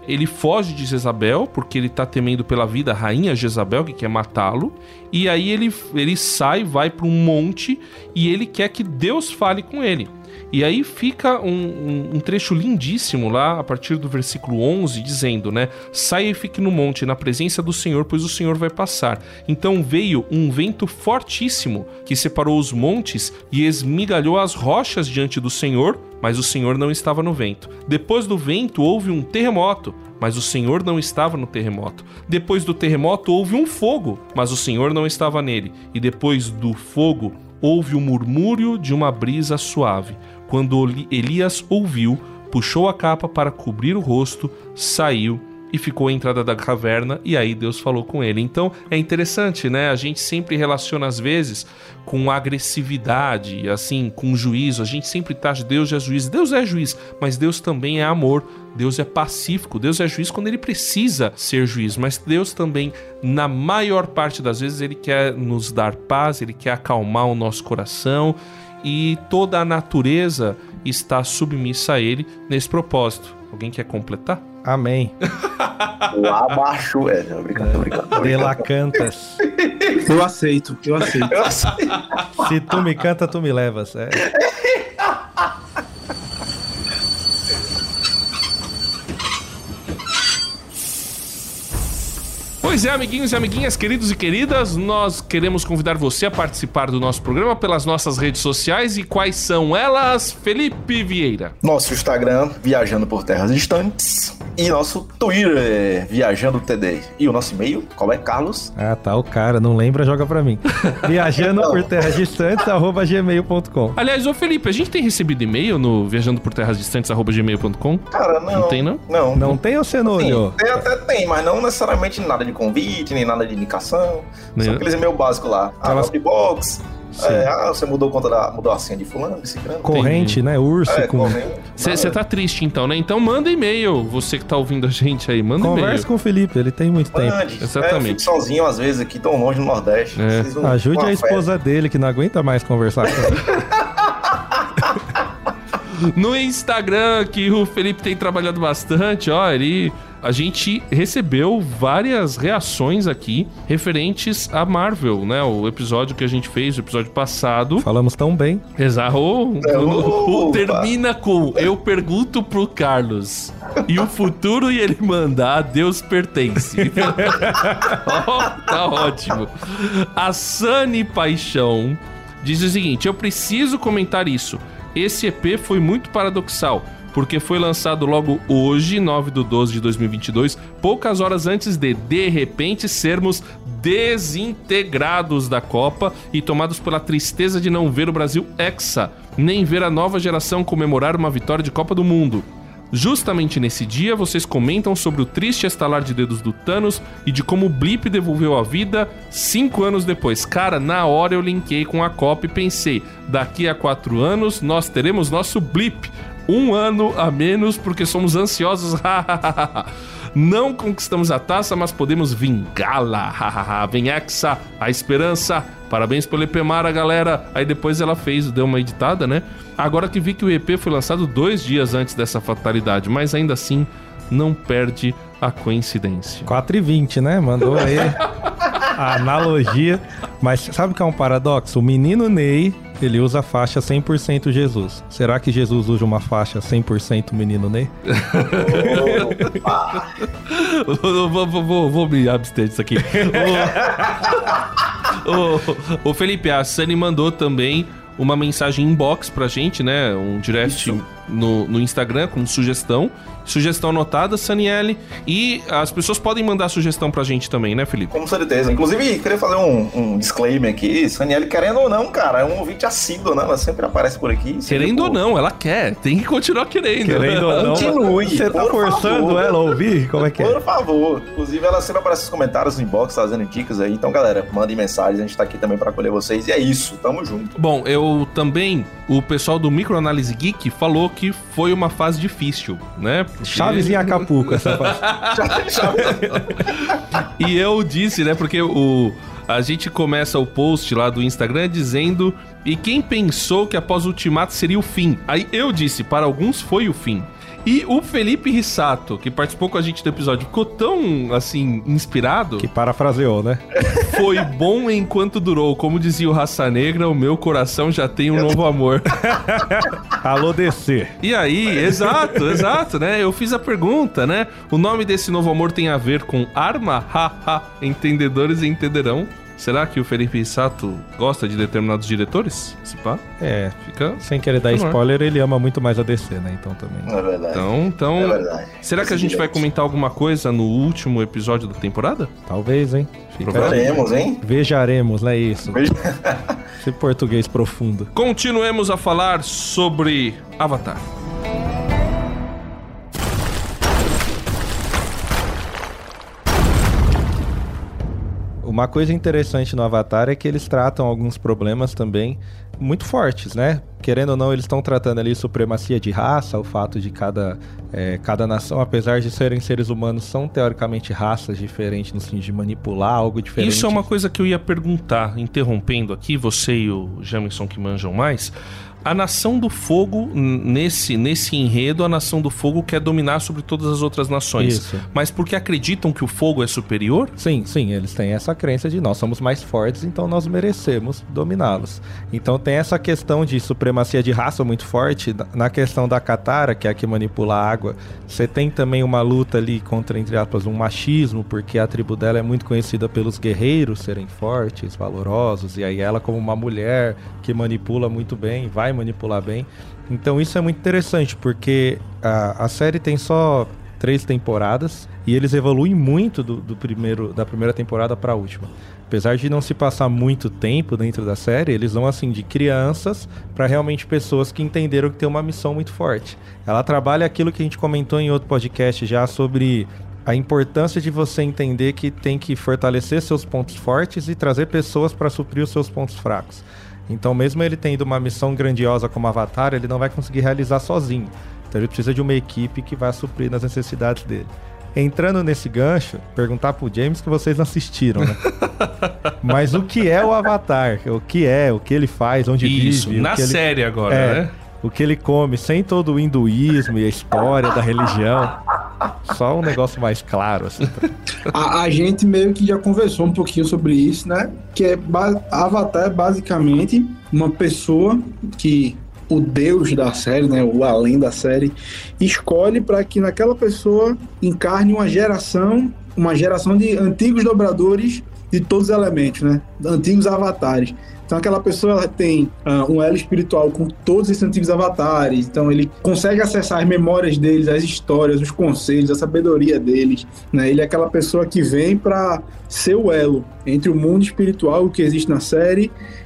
ele foge de Jezabel, porque ele tá temendo pela vida, a rainha Jezabel, que quer matá-lo. E aí ele, ele sai, vai para um monte e ele quer que Deus fale com ele. E aí fica um, um, um trecho lindíssimo lá, a partir do versículo onze, dizendo, né? Saia e fique no monte, na presença do Senhor, pois o Senhor vai passar. Então veio um vento fortíssimo, que separou os montes e esmigalhou as rochas diante do Senhor, mas o Senhor não estava no vento. Depois do vento houve um terremoto, mas o Senhor não estava no terremoto. Depois do terremoto houve um fogo, mas o Senhor não estava nele. E depois do fogo houve o murmúrio de uma brisa suave. Quando Elias ouviu, puxou a capa para cobrir o rosto, saiu e ficou à entrada da caverna, e aí Deus falou com ele. Então é interessante, né? A gente sempre relaciona às vezes com agressividade, assim, com juízo. A gente sempre taxa Deus é juiz. Deus é juiz, mas Deus também é amor. Deus é pacífico. Deus é juiz quando ele precisa ser juiz, mas Deus também, na maior parte das vezes, ele quer nos dar paz, ele quer acalmar o nosso coração, e toda a natureza está submissa a ele nesse propósito. Alguém quer completar? Amém. Lá abaixo, é, não, obrigado, obrigado. Dela cantas. Eu aceito, eu aceito. Eu aceito. Se tu me canta, tu me levas. É. Pois é, amiguinhos e amiguinhas, queridos e queridas, nós queremos convidar você a participar do nosso programa pelas nossas redes sociais. E quais são elas, Felipe Vieira? Nosso Instagram, Viajando por Terras Distantes. E nosso Twitter, Viajando T D. E o nosso e-mail, qual é, Carlos? Ah, tá, o cara, não lembra, joga pra mim. Viajando por Terras Distantes, arroba gmail ponto com. Aliás, ô Felipe, a gente tem recebido e-mail no viajando por terras distantes, arroba gmail ponto com? Cara, não. Não tem, não? Não. Não tem ou você não olhou? Tem, até tem, mas não necessariamente nada de convite, nem nada de indicação. Nem... São aqueles e-mail básicos lá. Aquelas... Ah, box. É, ah, você mudou conta da, mudou a senha de fulano, desse grande. Corrente, Entendi. Né? Urso. É, com... Você tá triste então, né? Então manda e-mail, você que tá ouvindo a gente aí, manda e-mail. Converse com o Felipe, ele tem muito tempo. Mande. Exatamente. É, eu fico sozinho às vezes aqui, tão longe no Nordeste. É. Ajude a esposa festa. dele, que não aguenta mais conversar com ele. No Instagram, que o Felipe tem trabalhado bastante, ó, ele... A gente recebeu várias reações aqui referentes a Marvel, né? O episódio que a gente fez, o episódio passado. Falamos tão bem. Exato. O, o, o, termina com: eu pergunto pro Carlos, e o futuro e ele manda, a Deus pertence. Oh, tá ótimo. A Sani Paixão diz o seguinte: eu preciso comentar isso. Esse E P foi muito paradoxal, porque foi lançado logo hoje, nove de doze de dois mil e vinte e dois, poucas horas antes de, de repente, sermos desintegrados da Copa e tomados pela tristeza de não ver o Brasil hexa, nem ver a nova geração comemorar uma vitória de Copa do Mundo. Justamente nesse dia, vocês comentam sobre o triste estalar de dedos do Thanos e de como o Blip devolveu a vida cinco anos depois. Cara, na hora eu linkei com a Copa e pensei, daqui a quatro anos nós teremos nosso Blip. Um ano a menos porque somos ansiosos. Não conquistamos a taça, mas podemos vingá-la. Vem Hexa, a esperança. Parabéns pelo E P Mara, galera. Aí depois ela fez, deu uma editada, né? Agora que vi que o E P foi lançado dois dias antes dessa fatalidade, mas ainda assim não perde a coincidência. quatro e vinte, né? Mandou aí a analogia. Mas sabe o que é um paradoxo? O menino Ney, ele usa faixa cem por cento Jesus. Será que Jesus usa uma faixa cem por cento menino Ney? vou, vou, vou, vou me abster disso aqui. o, o, o Felipe, a Sani mandou também uma mensagem inbox pra gente, né? Um direct no, no Instagram com sugestão. Sugestão anotada, Saniele. E as pessoas podem mandar sugestão pra gente também, né, Felipe? Com certeza. Inclusive, queria fazer um, um disclaimer aqui. Saniele, querendo ou não, cara, é um ouvinte assíduo, né? Ela sempre aparece por aqui. Querendo ou não, ela quer. Tem que continuar querendo. Querendo ou não. Continue. Você tá forçando favor, ela a ouvir? Como é que é? Por favor. Inclusive, ela sempre aparece nos comentários, no inbox, fazendo dicas aí. Então, galera, mandem mensagens. A gente tá aqui também pra acolher vocês. E é isso. Tamo junto. Bom, eu também... O pessoal do Microanálise Geek falou que foi uma fase difícil, né? Porque... Chaves em Acapulco, essa fase. E eu disse, né? Porque o... A gente começa o post lá do Instagram dizendo: e quem pensou que após o Ultimato seria o fim? Aí eu disse, para alguns foi o fim. E o Felipe Rissato, que participou com a gente do episódio, ficou tão, assim, inspirado... Que parafraseou, né? Foi bom enquanto durou. Como dizia o Raça Negra, o meu coração já tem um novo amor. Alô, D C. E aí, exato, exato, né? Eu fiz a pergunta, né? O nome desse novo amor tem a ver com arma? Ha, ha. Entendedores entenderão. Será que o Felipe Sato gosta de determinados diretores? Se pá? É, fica sem querer dar spoiler, ele ama muito mais a D C, né? Então também. É verdade. Então, então é verdade. Será que a gente vai comentar alguma coisa no último episódio da temporada? Talvez, hein? Veremos, hein? Vejaremos, não é isso? Veja... Esse português profundo. Continuemos a falar sobre Avatar. Uma coisa interessante no Avatar é que eles tratam alguns problemas também muito fortes, né? Querendo ou não, eles estão tratando ali supremacia de raça, o fato de cada, é, cada nação, apesar de serem seres humanos, são teoricamente raças diferentes no sentido de manipular algo diferente. Isso é uma coisa que eu ia perguntar, interrompendo aqui, você e o Jamison que manjam mais. A Nação do Fogo, nesse, nesse enredo, a Nação do Fogo quer dominar sobre todas as outras nações. Isso. Mas porque acreditam que o fogo é superior? Sim, sim, eles têm essa crença de nós somos mais fortes, então nós merecemos dominá-los. Então tem essa questão de supremacia de raça muito forte. Na questão da Katara, que é a que manipula a água, você tem também uma luta ali contra, entre aspas, um machismo, porque a tribo dela é muito conhecida pelos guerreiros serem fortes, valorosos, e aí ela como uma mulher que manipula muito bem, vai manipular bem. Então isso é muito interessante, porque a, a série tem só três temporadas e eles evoluem muito do, do primeiro, da primeira temporada para a última. Apesar de não se passar muito tempo dentro da série, eles vão assim de crianças para realmente pessoas que entenderam que tem uma missão muito forte. Ela trabalha aquilo que a gente comentou em outro podcast já sobre a importância de você entender que tem que fortalecer seus pontos fortes e trazer pessoas para suprir os seus pontos fracos. Então, mesmo ele tendo uma missão grandiosa como Avatar, ele não vai conseguir realizar sozinho. Então, ele precisa de uma equipe que vai suprir nas necessidades dele. Entrando nesse gancho, perguntar pro James que vocês não assistiram, né? Mas o que é o Avatar? O que é? O que ele faz? Onde Isso, vive? na o que série ele... agora, é, né? O que ele come, sem todo o hinduísmo e a história da religião. Só um negócio mais claro, assim. A, a gente meio que já conversou um pouquinho sobre isso, né? Que é Avatar é basicamente uma pessoa que o deus da série, né? O além da série, escolhe para que naquela pessoa encarne uma geração, uma geração de antigos dobradores de todos os elementos, né? Antigos avatares. Então aquela pessoa ela tem uh, um elo espiritual com todos esses antigos avatares, então ele consegue acessar as memórias deles, as histórias, os conselhos, a sabedoria deles, né? Ele é aquela pessoa que vem para ser o elo entre o mundo espiritual que existe na série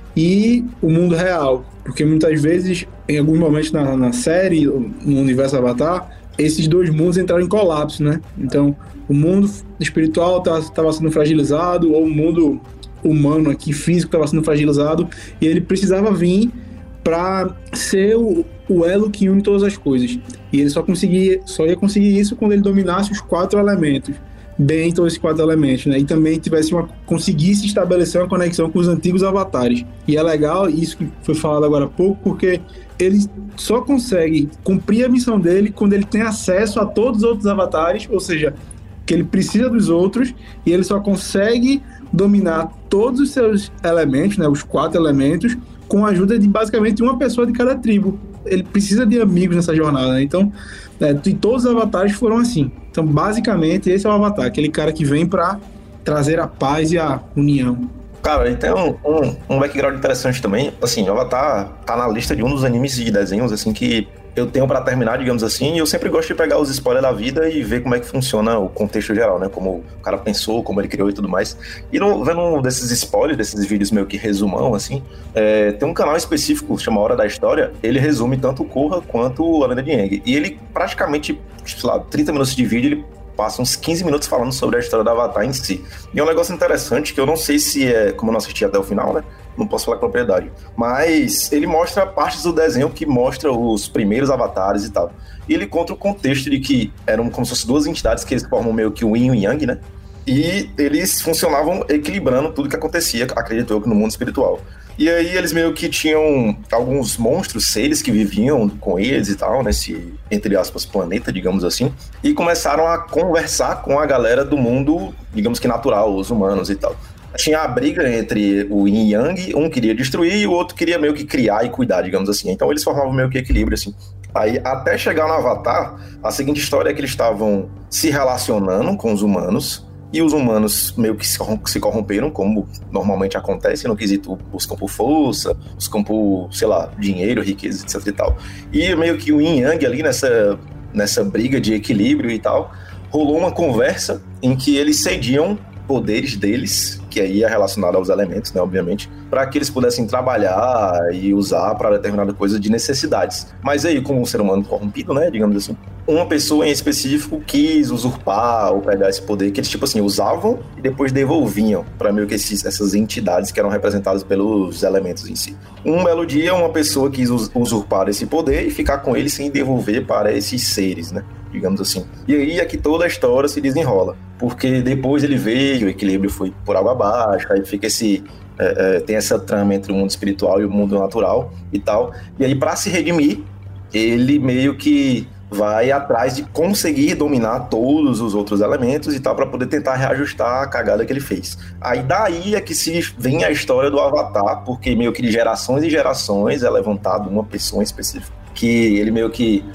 e o mundo real, porque muitas vezes, em alguns momentos na, na série, no universo Avatar, esses dois mundos entraram em colapso, né? Então o mundo espiritual estava sendo fragilizado, ou o mundo humano aqui, físico, estava sendo fragilizado, e ele precisava vir para ser o, o elo que une todas as coisas. E ele só, conseguia, só ia conseguir isso quando ele dominasse os quatro elementos, bem todos esses quatro elementos, né? E também tivesse uma, conseguisse estabelecer uma conexão com os antigos avatares. E é legal isso que foi falado agora há pouco, porque ele só consegue cumprir a missão dele quando ele tem acesso a todos os outros avatares, ou seja, que ele precisa dos outros, e ele só consegue dominar todos os seus elementos, né, os quatro elementos, com a ajuda de basicamente uma pessoa de cada tribo. Ele precisa de amigos nessa jornada, né? Então, é, e todos os avatares foram assim. Então, basicamente, esse é o Avatar, aquele cara que vem para trazer a paz e a união. Cara, ele tem um, um, um background interessante também. Assim, o Avatar tá na lista de um dos animes de desenhos, assim, que eu tenho pra terminar, digamos assim, e eu sempre gosto de pegar os spoilers da vida e ver como é que funciona o contexto geral, né? Como o cara pensou, como ele criou e tudo mais. E no, vendo um desses spoilers, desses vídeos meio que resumão, assim, é, tem um canal específico, chama Hora da História, ele resume tanto o Korra quanto a Lenda de Aang. E ele praticamente, sei lá, trinta minutos de vídeo, ele passa uns quinze minutos falando sobre a história do Avatar em si. E é um negócio interessante que eu não sei se é, como eu não assisti até o final, né? Não posso falar com propriedade. Mas ele mostra partes do desenho que mostra os primeiros avatares e tal. E ele conta o contexto de que eram como se fossem duas entidades que eles formam meio que o Yin e o Yang, né? E eles funcionavam equilibrando tudo que acontecia, acredito eu, no mundo espiritual. E aí eles meio que tinham alguns monstros, seres que viviam com eles e tal, nesse, entre aspas, planeta, digamos assim, e começaram a conversar com a galera do mundo, digamos que natural, os humanos e tal. Tinha a briga entre o Yin e Yang, um queria destruir e o outro queria meio que criar e cuidar, digamos assim. Então eles formavam meio que equilíbrio, assim. Aí, até chegar no Avatar, a seguinte história é que eles estavam se relacionando com os humanos, e os humanos meio que se corromperam, como normalmente acontece no quesito, buscam por força, buscam por, sei lá, dinheiro, riqueza, etc e tal. E meio que o Yin e Yang ali nessa, nessa briga de equilíbrio e tal, rolou uma conversa em que eles cediam poderes deles, que aí é relacionado aos elementos, né, obviamente, para que eles pudessem trabalhar e usar para determinada coisa de necessidades. Mas aí, como um ser humano corrompido, né, digamos assim, uma pessoa em específico quis usurpar ou pegar esse poder que eles, tipo assim, usavam e depois devolviam para meio que esses, essas entidades que eram representadas pelos elementos em si. Um belo dia, uma pessoa quis usurpar esse poder e ficar com ele sem devolver para esses seres, né, digamos assim. E aí é que toda a história se desenrola, porque depois ele veio, o equilíbrio foi por água abaixo, aí fica esse... É, é, tem essa trama entre o mundo espiritual e o mundo natural e tal, e aí para se redimir, ele meio que vai atrás de conseguir dominar todos os outros elementos e tal, para poder tentar reajustar a cagada que ele fez. Aí daí é que se vem a história do Avatar, porque meio que de gerações e gerações é levantado uma pessoa em específico, que ele meio que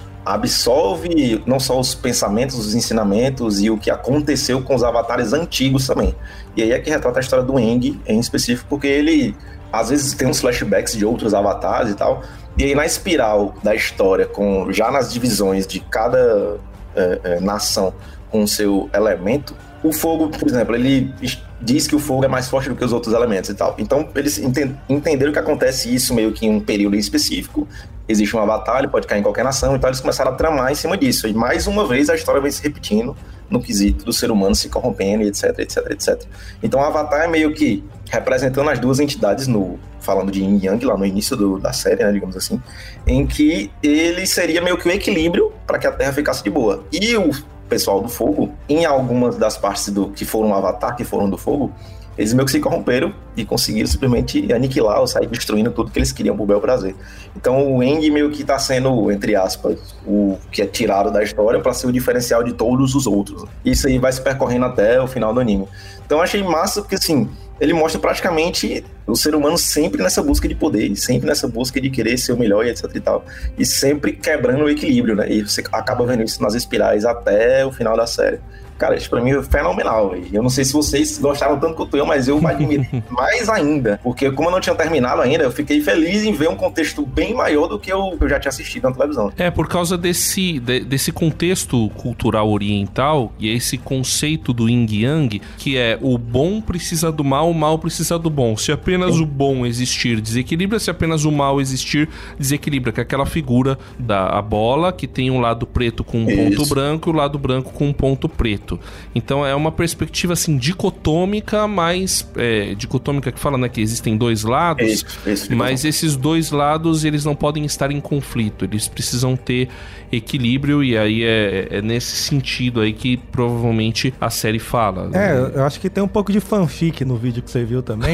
absolve não só os pensamentos, os ensinamentos e o que aconteceu com os avatares antigos também. E aí é que retrata a história do Aang em específico, porque ele às vezes tem uns flashbacks de outros avatares e tal, e aí na espiral da história, com, já nas divisões de cada é, é, nação com o seu elemento, o fogo, por exemplo, ele diz que o fogo é mais forte do que os outros elementos e tal. Então eles ent- entenderam que acontece isso meio que em um período específico. Existe uma batalha, pode cair em qualquer nação, então eles começaram a tramar em cima disso. E mais uma vez a história vem se repetindo no quesito do ser humano se corrompendo, etc, etc, etcétera. Então o Avatar é meio que representando as duas entidades, no, falando de Yin e Yang lá no início do, da série, né, digamos assim, em que ele seria meio que o equilíbrio para que a Terra ficasse de boa. E o pessoal do fogo, em algumas das partes do que foram Avatar, que foram do fogo, eles meio que se corromperam e conseguiram simplesmente aniquilar ou sair destruindo tudo que eles queriam por bel prazer. Então o Aang meio que tá sendo, entre aspas, o que é tirado da história para ser o diferencial de todos os outros. Isso aí vai se percorrendo até o final do anime. Então eu achei massa porque, assim, ele mostra praticamente o ser humano sempre nessa busca de poder, sempre nessa busca de querer ser o melhor e etc e tal. E sempre quebrando o equilíbrio, né? E você acaba vendo isso nas espirais até o final da série. Cara, isso pra mim é fenomenal, véio. Eu não sei se vocês gostaram tanto quanto eu, mas eu admiro mais ainda. Porque como eu não tinha terminado ainda, eu fiquei feliz em ver um contexto bem maior do que eu, eu já tinha assistido na televisão. É, por causa desse, de, desse contexto cultural oriental e esse conceito do Yin e Yang, que é o bom precisa do mal, o mal precisa do bom. Se apenas Sim. o bom existir, desequilibra. Se apenas o mal existir, desequilibra. Que é aquela figura da a bola que tem um lado preto com um Isso. ponto branco e o lado branco com um ponto preto. Então é uma perspectiva assim dicotômica, mas é, dicotômica que fala, né, que existem dois lados, isso, isso, mas esses dois lados eles não podem estar em conflito, eles precisam ter equilíbrio, e aí é, é nesse sentido aí que provavelmente a série fala. É, eu acho que tem um pouco de fanfic no vídeo que você viu também.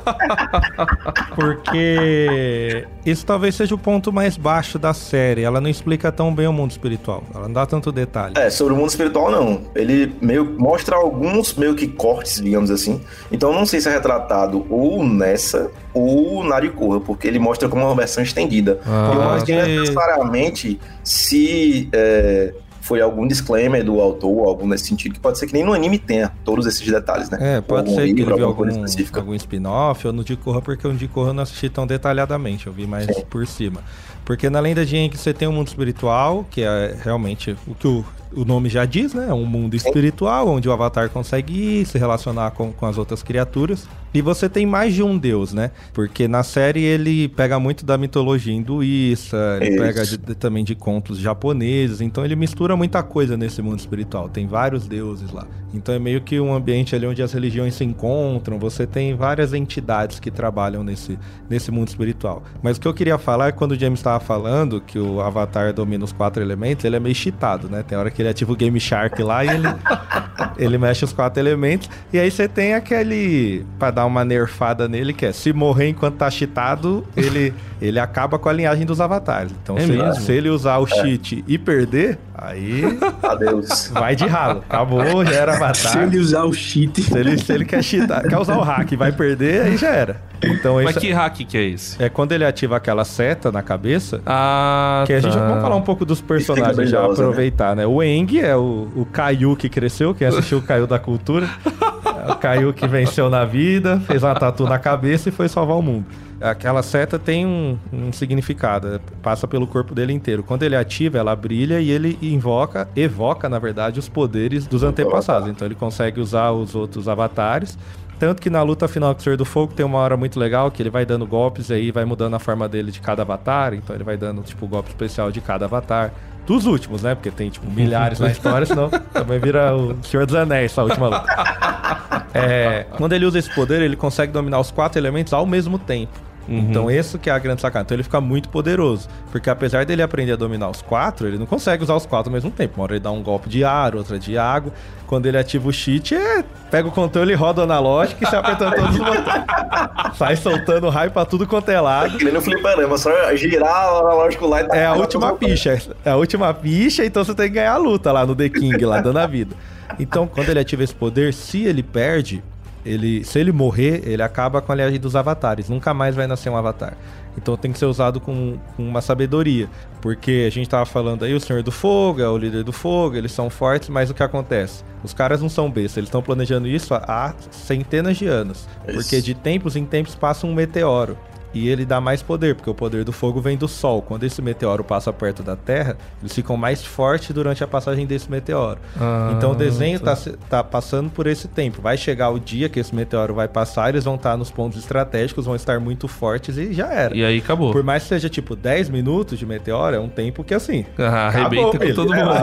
Porque isso talvez seja o ponto mais baixo da série. Ela não explica tão bem o mundo espiritual, ela não dá tanto detalhe. É, sobre o mundo espiritual não. Ele meio mostra alguns meio que cortes, digamos assim. Então eu não sei se é retratado ou nessa ou na Aricorra, porque ele mostra como uma versão estendida. Ah, eu não acho que necessariamente se é, foi algum disclaimer do autor, algum nesse sentido, que pode ser que nem no anime tenha todos esses detalhes, né? É, pode ser livro, que ele viu algum, algum spin-off ou no de Korra, porque o de Korra eu não assisti tão detalhadamente, eu vi mais Sim. por cima. Porque na Lenda de Aang você tem um mundo espiritual, que é realmente o que o O nome já diz, né? É um mundo espiritual, onde o Avatar consegue ir, se relacionar com, com as outras criaturas. E você tem mais de um deus, né? Porque na série ele pega muito da mitologia hinduísta, ele Isso. pega de, de, também de contos japoneses. Então ele mistura muita coisa nesse mundo espiritual. Tem vários deuses lá. Então é meio que um ambiente ali onde as religiões se encontram. Você tem várias entidades que trabalham nesse, nesse mundo espiritual. Mas o que eu queria falar é quando o James estava falando que o Avatar domina os quatro elementos, ele é meio cheatado, né? Tem hora que ele ativa o Game Shark lá e ele, ele mexe os quatro elementos. E aí você tem aquele... Pra dar dá uma nerfada nele, que é, se morrer enquanto tá cheatado, ele, ele acaba com a linhagem dos avatares. Então, é se, ele, se ele usar o cheat é. e perder, aí... Adeus. Vai de ralo. Acabou, já era avatar. Se ele usar o cheat... Se ele, se ele quer cheatar, quer usar o hack e vai perder, aí já era. Então, Mas que hack que é esse? É quando ele ativa aquela seta na cabeça. Ah, que a gente tá. Vamos falar um pouco dos personagens já, aproveitar, né? né? O Aang é o, o Caillou que cresceu, quem assistiu o Caillou da Cultura. É o Caillou que venceu na vida, fez uma tatu na cabeça e foi salvar o mundo. Aquela seta tem um, um significado, passa pelo corpo dele inteiro. Quando ele ativa, ela brilha e ele invoca, evoca, na verdade, os poderes dos antepassados. Então ele consegue usar os outros avatares. Tanto que na luta final com o Senhor do Fogo tem uma hora muito legal que ele vai dando golpes aí, vai mudando a forma dele de cada avatar. Então ele vai dando, tipo, golpe especial de cada avatar. Dos últimos, né? Porque tem, tipo, milhares na história, senão também vira o Senhor dos Anéis, essa última luta. É, quando ele usa esse poder, ele consegue dominar os quatro elementos ao mesmo tempo. Uhum. Então, isso que é a grande sacada. Então, ele fica muito poderoso. Porque apesar dele aprender a dominar os quatro, ele não consegue usar os quatro ao mesmo tempo. Uma hora ele dá um golpe de ar, outra de água. Quando ele ativa o cheat, é... pega o controle, roda o analógico e sai apertando todos os botões. Sai soltando raio pra tudo quanto é lado. Ele não fliperama, só girar o analógico lá e tá. É a última ficha. É a última ficha, então você tem que ganhar a luta lá no The King, lá dando a vida. Então, quando ele ativa esse poder, se ele perde... Ele, se ele morrer, ele acaba com a linhagem dos avatares. Nunca mais vai nascer um avatar. Então tem que ser usado com, com uma sabedoria. Porque a gente tava falando aí, o Senhor do Fogo é o líder do fogo, eles são fortes, mas o que acontece? Os caras não são bestas, eles estão planejando isso há, há centenas de anos. Isso. Porque de tempos em tempos passa um meteoro. E ele dá mais poder, porque o poder do fogo vem do Sol. Quando esse meteoro passa perto da Terra, eles ficam mais fortes durante a passagem desse meteoro. Ah, então o desenho tá, tá passando por esse tempo. Vai chegar o dia que esse meteoro vai passar, eles vão estar nos pontos estratégicos, vão estar muito fortes e já era. E aí acabou. Por mais que seja tipo dez minutos de meteoro, é um tempo que assim... Ah, arrebenta com todo mundo.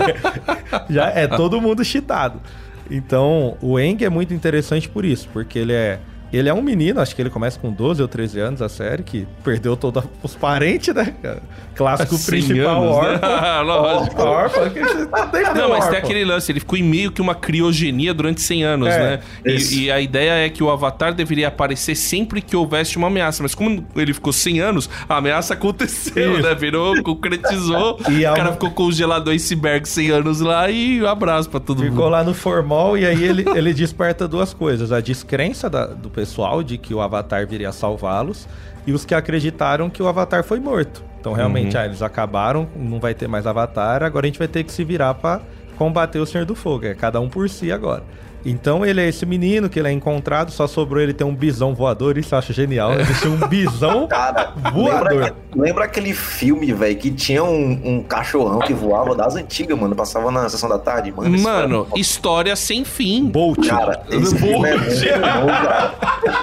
Já é todo mundo cheatado. Então o Aang é muito interessante por isso, porque ele é... Ele é um menino, acho que ele começa com doze ou treze anos, a série, que perdeu todos os parentes, né? Clássico principal, órfão. Lógico. Órfão, que você não, não mas tem aquele lance, ele ficou em meio que uma criogenia durante cem anos, é, né? E, e a ideia é que o Avatar deveria aparecer sempre que houvesse uma ameaça, mas como ele ficou cem anos, a ameaça aconteceu, isso. né? Virou, concretizou, e o cara um... ficou congelado o iceberg cem anos lá e um abraço pra todo ficou mundo. Ficou lá no formal e aí ele, ele desperta duas coisas, a descrença da, do pessoal de que o Avatar viria salvá-los e os que acreditaram que o Avatar foi morto. Então realmente, uhum. ah, eles acabaram, não vai ter mais Avatar, agora a gente vai ter que se virar pra combater o Senhor do Fogo, é cada um por si agora. Então ele é esse menino que ele é encontrado, só sobrou ele ter um bisão voador, isso eu acho genial, né? Existia um bisão Cara, voador. Lembra, lembra aquele filme, velho, que tinha um, um cachorrão que voava das antigas, mano, passava na sessão da tarde, mano. Mano, história, história sem fim. Bolt. Cara, esse filme é muito bom, cara.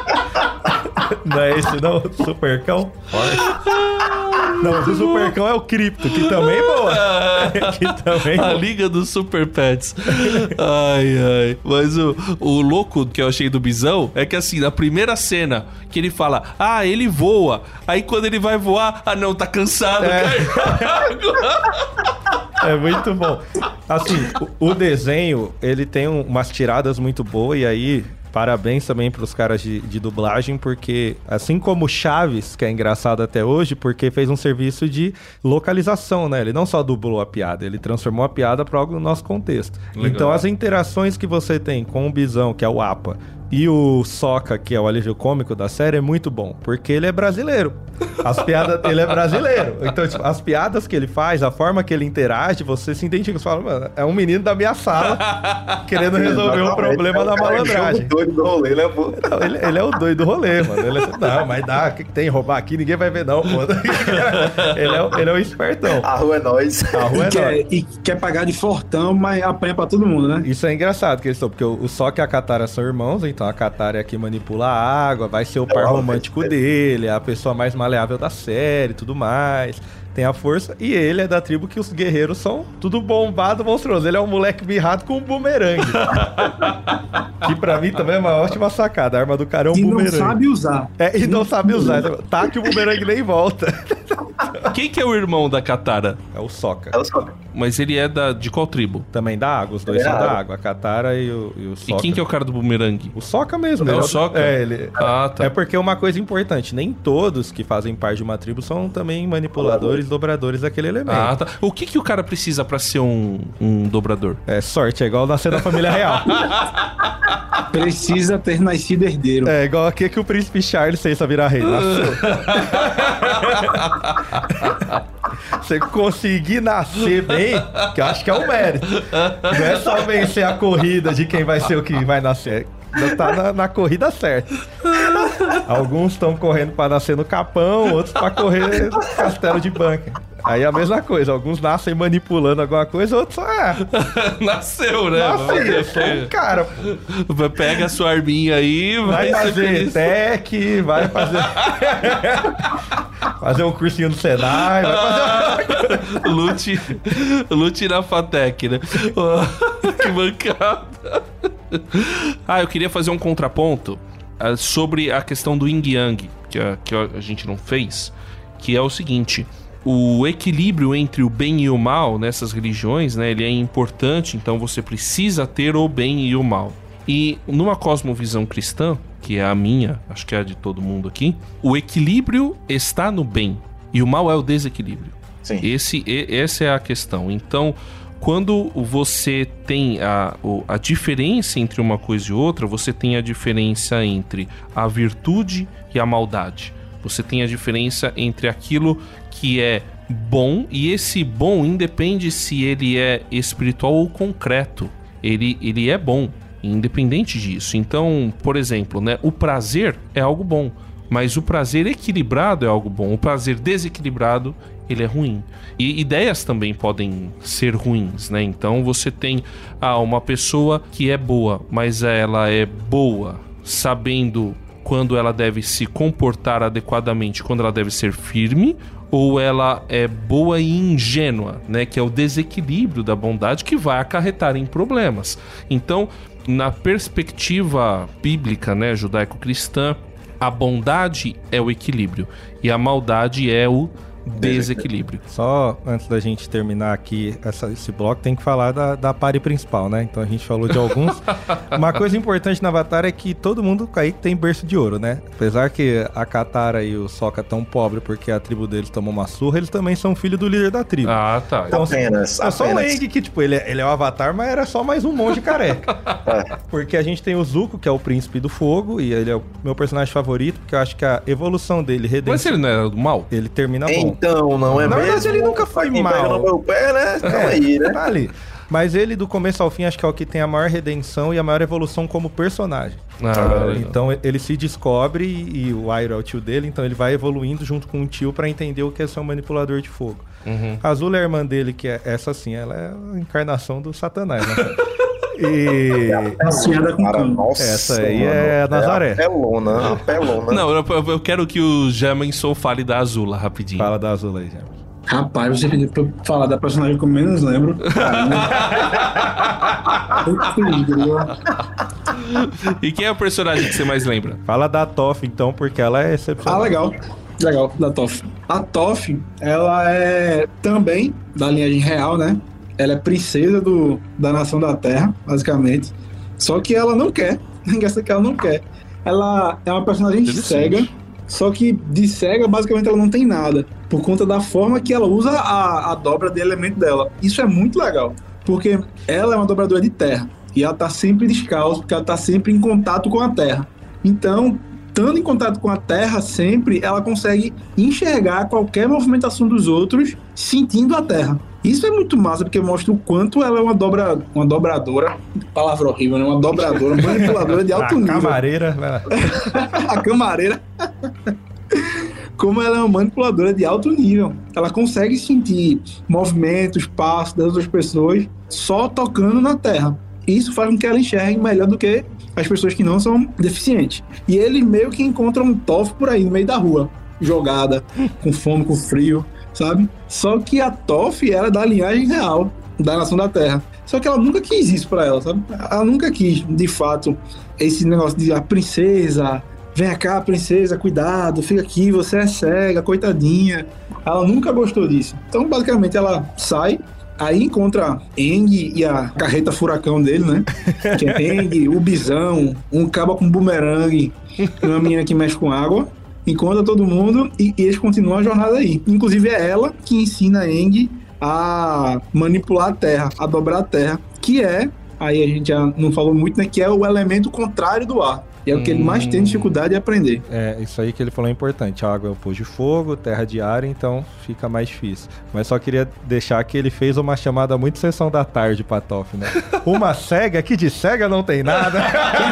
Não é esse não? Supercão? Não, o Supercão é o Crypto, que também é boa. que também A Liga dos Super Pets. Ai, ai. Mas o, o louco que eu achei do Bisão é que assim, na primeira cena que ele fala, ah, ele voa. Aí quando ele vai voar, ah não, tá cansado. É, é muito bom. Assim, o, o desenho, ele tem um, umas tiradas muito boas e aí... Parabéns também pros caras de, de dublagem, porque assim como Chaves, que é engraçado até hoje, porque fez um serviço de localização, né? Ele não só dublou a piada, ele transformou a piada para algo no nosso contexto. Legal. Então as interações que você tem com o Bisão, que é o A P A, e o Sokka, que é o alívio cômico da série, é muito bom, porque ele é brasileiro. As piadas dele é brasileiro. Então, tipo, as piadas que ele faz, a forma que ele interage, você se identifica. Você fala, mano, é um menino da minha sala querendo resolver um problema da malandragem. Ele é o doido do rolê, né, pô? Não, ele, ele é o doido do rolê, mano. Ele é assim, não, mas dá, o que, que tem? Roubar aqui? Ninguém vai ver, não, pô. Ele é, o, ele é o espertão. A rua é nós. A rua é e, nós. Quer, e quer pagar de fortão, mas apanha pra todo mundo, né? Isso é engraçado, que eles estão, porque o, o Sokka e a Katara são irmãos, então a Katara é aqui manipula a água, vai ser o par romântico dele, é a pessoa mais maleável da série e tudo mais. Tem a força, e ele é da tribo que os guerreiros são tudo bombado, monstruoso. Ele é um moleque birrado com um bumerangue. Que pra mim também é uma ótima sacada. A arma do cara é um e bumerangue. E não sabe usar. É, e não sabe usar. Tá que o bumerangue nem volta. Quem que é o irmão da Katara? É o Sokka. É o Sokka. Mas ele é da, de qual tribo? Também da água, os dois é são água. da água, a Katara e o, e o Sokka. E quem que é o cara do bumerangue? O Sokka mesmo. É ele o Sokka? É, ele... Ah, tá. É porque uma coisa importante, nem todos que fazem parte de uma tribo são também manipuladores, dobradores daquele elemento. Ah, tá. O que que o cara precisa pra ser um, um dobrador? É sorte, é igual nascer da família real. Precisa ter nascido herdeiro. É igual aqui que o príncipe Charles fez a virar rei. Nasceu. Você conseguir nascer bem, que eu acho que é um mérito. Não é só vencer a corrida de quem vai ser o que vai nascer. Tá na, na corrida certa. Alguns estão correndo pra nascer no Capão, outros pra correr no Castelo de Banca. Aí é a mesma coisa, alguns nascem manipulando alguma coisa, outros só é. Nasceu, né? Nasceu, eu sou um cara, pô. Pega a sua arminha aí, vai, Vai fazer tech, vai fazer. fazer um cursinho no Senai, vai fazer. Lute, lute na Fatec, né? Que mancada. Ah, eu queria fazer um contraponto uh, sobre a questão do Yin Yang, que a, que a gente não fez, que é o seguinte: o equilíbrio entre o bem e o mal nessas religiões, né, ele é importante, então você precisa ter o bem e o mal. E numa cosmovisão cristã, que é a minha, acho que é a de todo mundo aqui, o equilíbrio está no bem e o mal é o desequilíbrio. Sim. Esse, e, essa é a questão. Então, quando você tem a, a diferença entre uma coisa e outra, você tem a diferença entre a virtude e a maldade. Você tem a diferença entre aquilo que é bom, e esse bom independe se ele é espiritual ou concreto. Ele, ele é bom, independente disso. Então, por exemplo, né, o prazer é algo bom, mas o prazer equilibrado é algo bom. O prazer desequilibrado, ele é ruim. E ideias também podem ser ruins, né? Então você tem ah, uma pessoa que é boa, mas ela é boa sabendo quando ela deve se comportar adequadamente, quando ela deve ser firme, ou ela é boa e ingênua, né? Que é o desequilíbrio da bondade que vai acarretar em problemas. Então, na perspectiva bíblica, né, judaico-cristã, a bondade é o equilíbrio e a maldade é o desequilíbrio. Só antes da gente terminar aqui essa, esse bloco, tem que falar da, da party principal, né? Então a gente falou de alguns. Uma coisa importante na Avatar é que todo mundo aí tem berço de ouro, né? Apesar que a Katara e o Sokka tão pobres porque a tribo deles tomou uma surra, eles também são filhos do líder da tribo. Ah, tá. Então, apenas. É só o apenas. Aang que, tipo, ele, é- ele é o Avatar, mas era só mais um monge careca. Porque a gente tem o Zuko, que é o príncipe do fogo, e ele é o meu personagem favorito, porque eu acho que a evolução dele, redenção, Mas ele não era do mal? ele termina bom. Então, não é Na mesmo? verdade, ele nunca foi Quem mal. pega no meu pé, né? Calma aí, né? Tá ali. Mas ele, do começo ao fim, acho que é o que tem a maior redenção e a maior evolução como personagem. Ah, legal. Então ele se descobre e, e o Iroh é o tio dele, então ele vai evoluindo junto com o tio pra entender o que é ser um manipulador de fogo. Uhum. A Azula é a irmã dele, que é essa sim, ela é a encarnação do Satanás, né? E Passeada com Cara, cano. nossa, Essa aí mano, é a Nazaré. É a pelona, a pelona. Não, eu, eu quero que o Jamerson fale da Azula rapidinho. fala da Azula aí, já. Rapaz, você pediu pra eu falar da personagem que eu menos lembro. Caramba. E quem é o personagem que você mais lembra? Fala da Toph, então, porque ela é Ah, excepcional. legal. Legal, da Toph. A Toph, ela é também da linhagem real, né? Ela é princesa do, da nação da Terra, basicamente. Só que ela não quer. Engraçado que ela não quer. Ela é uma personagem cega, só que de cega, basicamente, ela não tem nada. Por conta da forma que ela usa a, a dobra de elemento dela. Isso é muito legal. Porque ela é uma dobradora de terra. E ela tá sempre descalço, porque ela tá sempre em contato com a terra. Então, estando em contato com a terra sempre, ela consegue enxergar qualquer movimentação dos outros sentindo a terra. Isso é muito massa, porque mostra o quanto ela é uma, dobra, uma dobradora, palavra horrível, né? Uma dobradora, manipuladora de alto a nível. camareira, vai lá. A camareira. Como ela é uma manipuladora de alto nível. Ela consegue sentir movimentos, passos das outras pessoas só tocando na terra. Isso faz com que ela enxergue melhor do que as pessoas que não são deficientes. E ele meio que encontra um Toph por aí, no meio da rua, jogada, com fome, com frio, sabe? Só que a Toph, ela é da linhagem real, da nação da Terra. Só que ela nunca quis isso pra ela, sabe? Ela nunca quis, de fato, esse negócio de a princesa, vem cá, princesa, cuidado, fica aqui, você é cega, coitadinha. ela nunca gostou disso. Então, basicamente, ela sai, aí encontra Aang e a carreta furacão dele, né? Que é Aang, o Bisão, um cabo com bumerangue, uma menina que mexe com água. Encontra todo mundo e, e eles continuam a jornada aí. Inclusive é ela que ensina Aang a manipular a terra, a dobrar a terra, que é, aí a gente já não falou muito, né? Que é o elemento contrário do ar. E é o que ele mais tem dificuldade de aprender. É, isso aí que ele falou é importante. A água é o oposto de fogo, terra de ar, então fica mais difícil. Mas só queria deixar que ele fez uma chamada muito sessão da tarde pra Toph, né? Uma cega, que de cega não tem nada.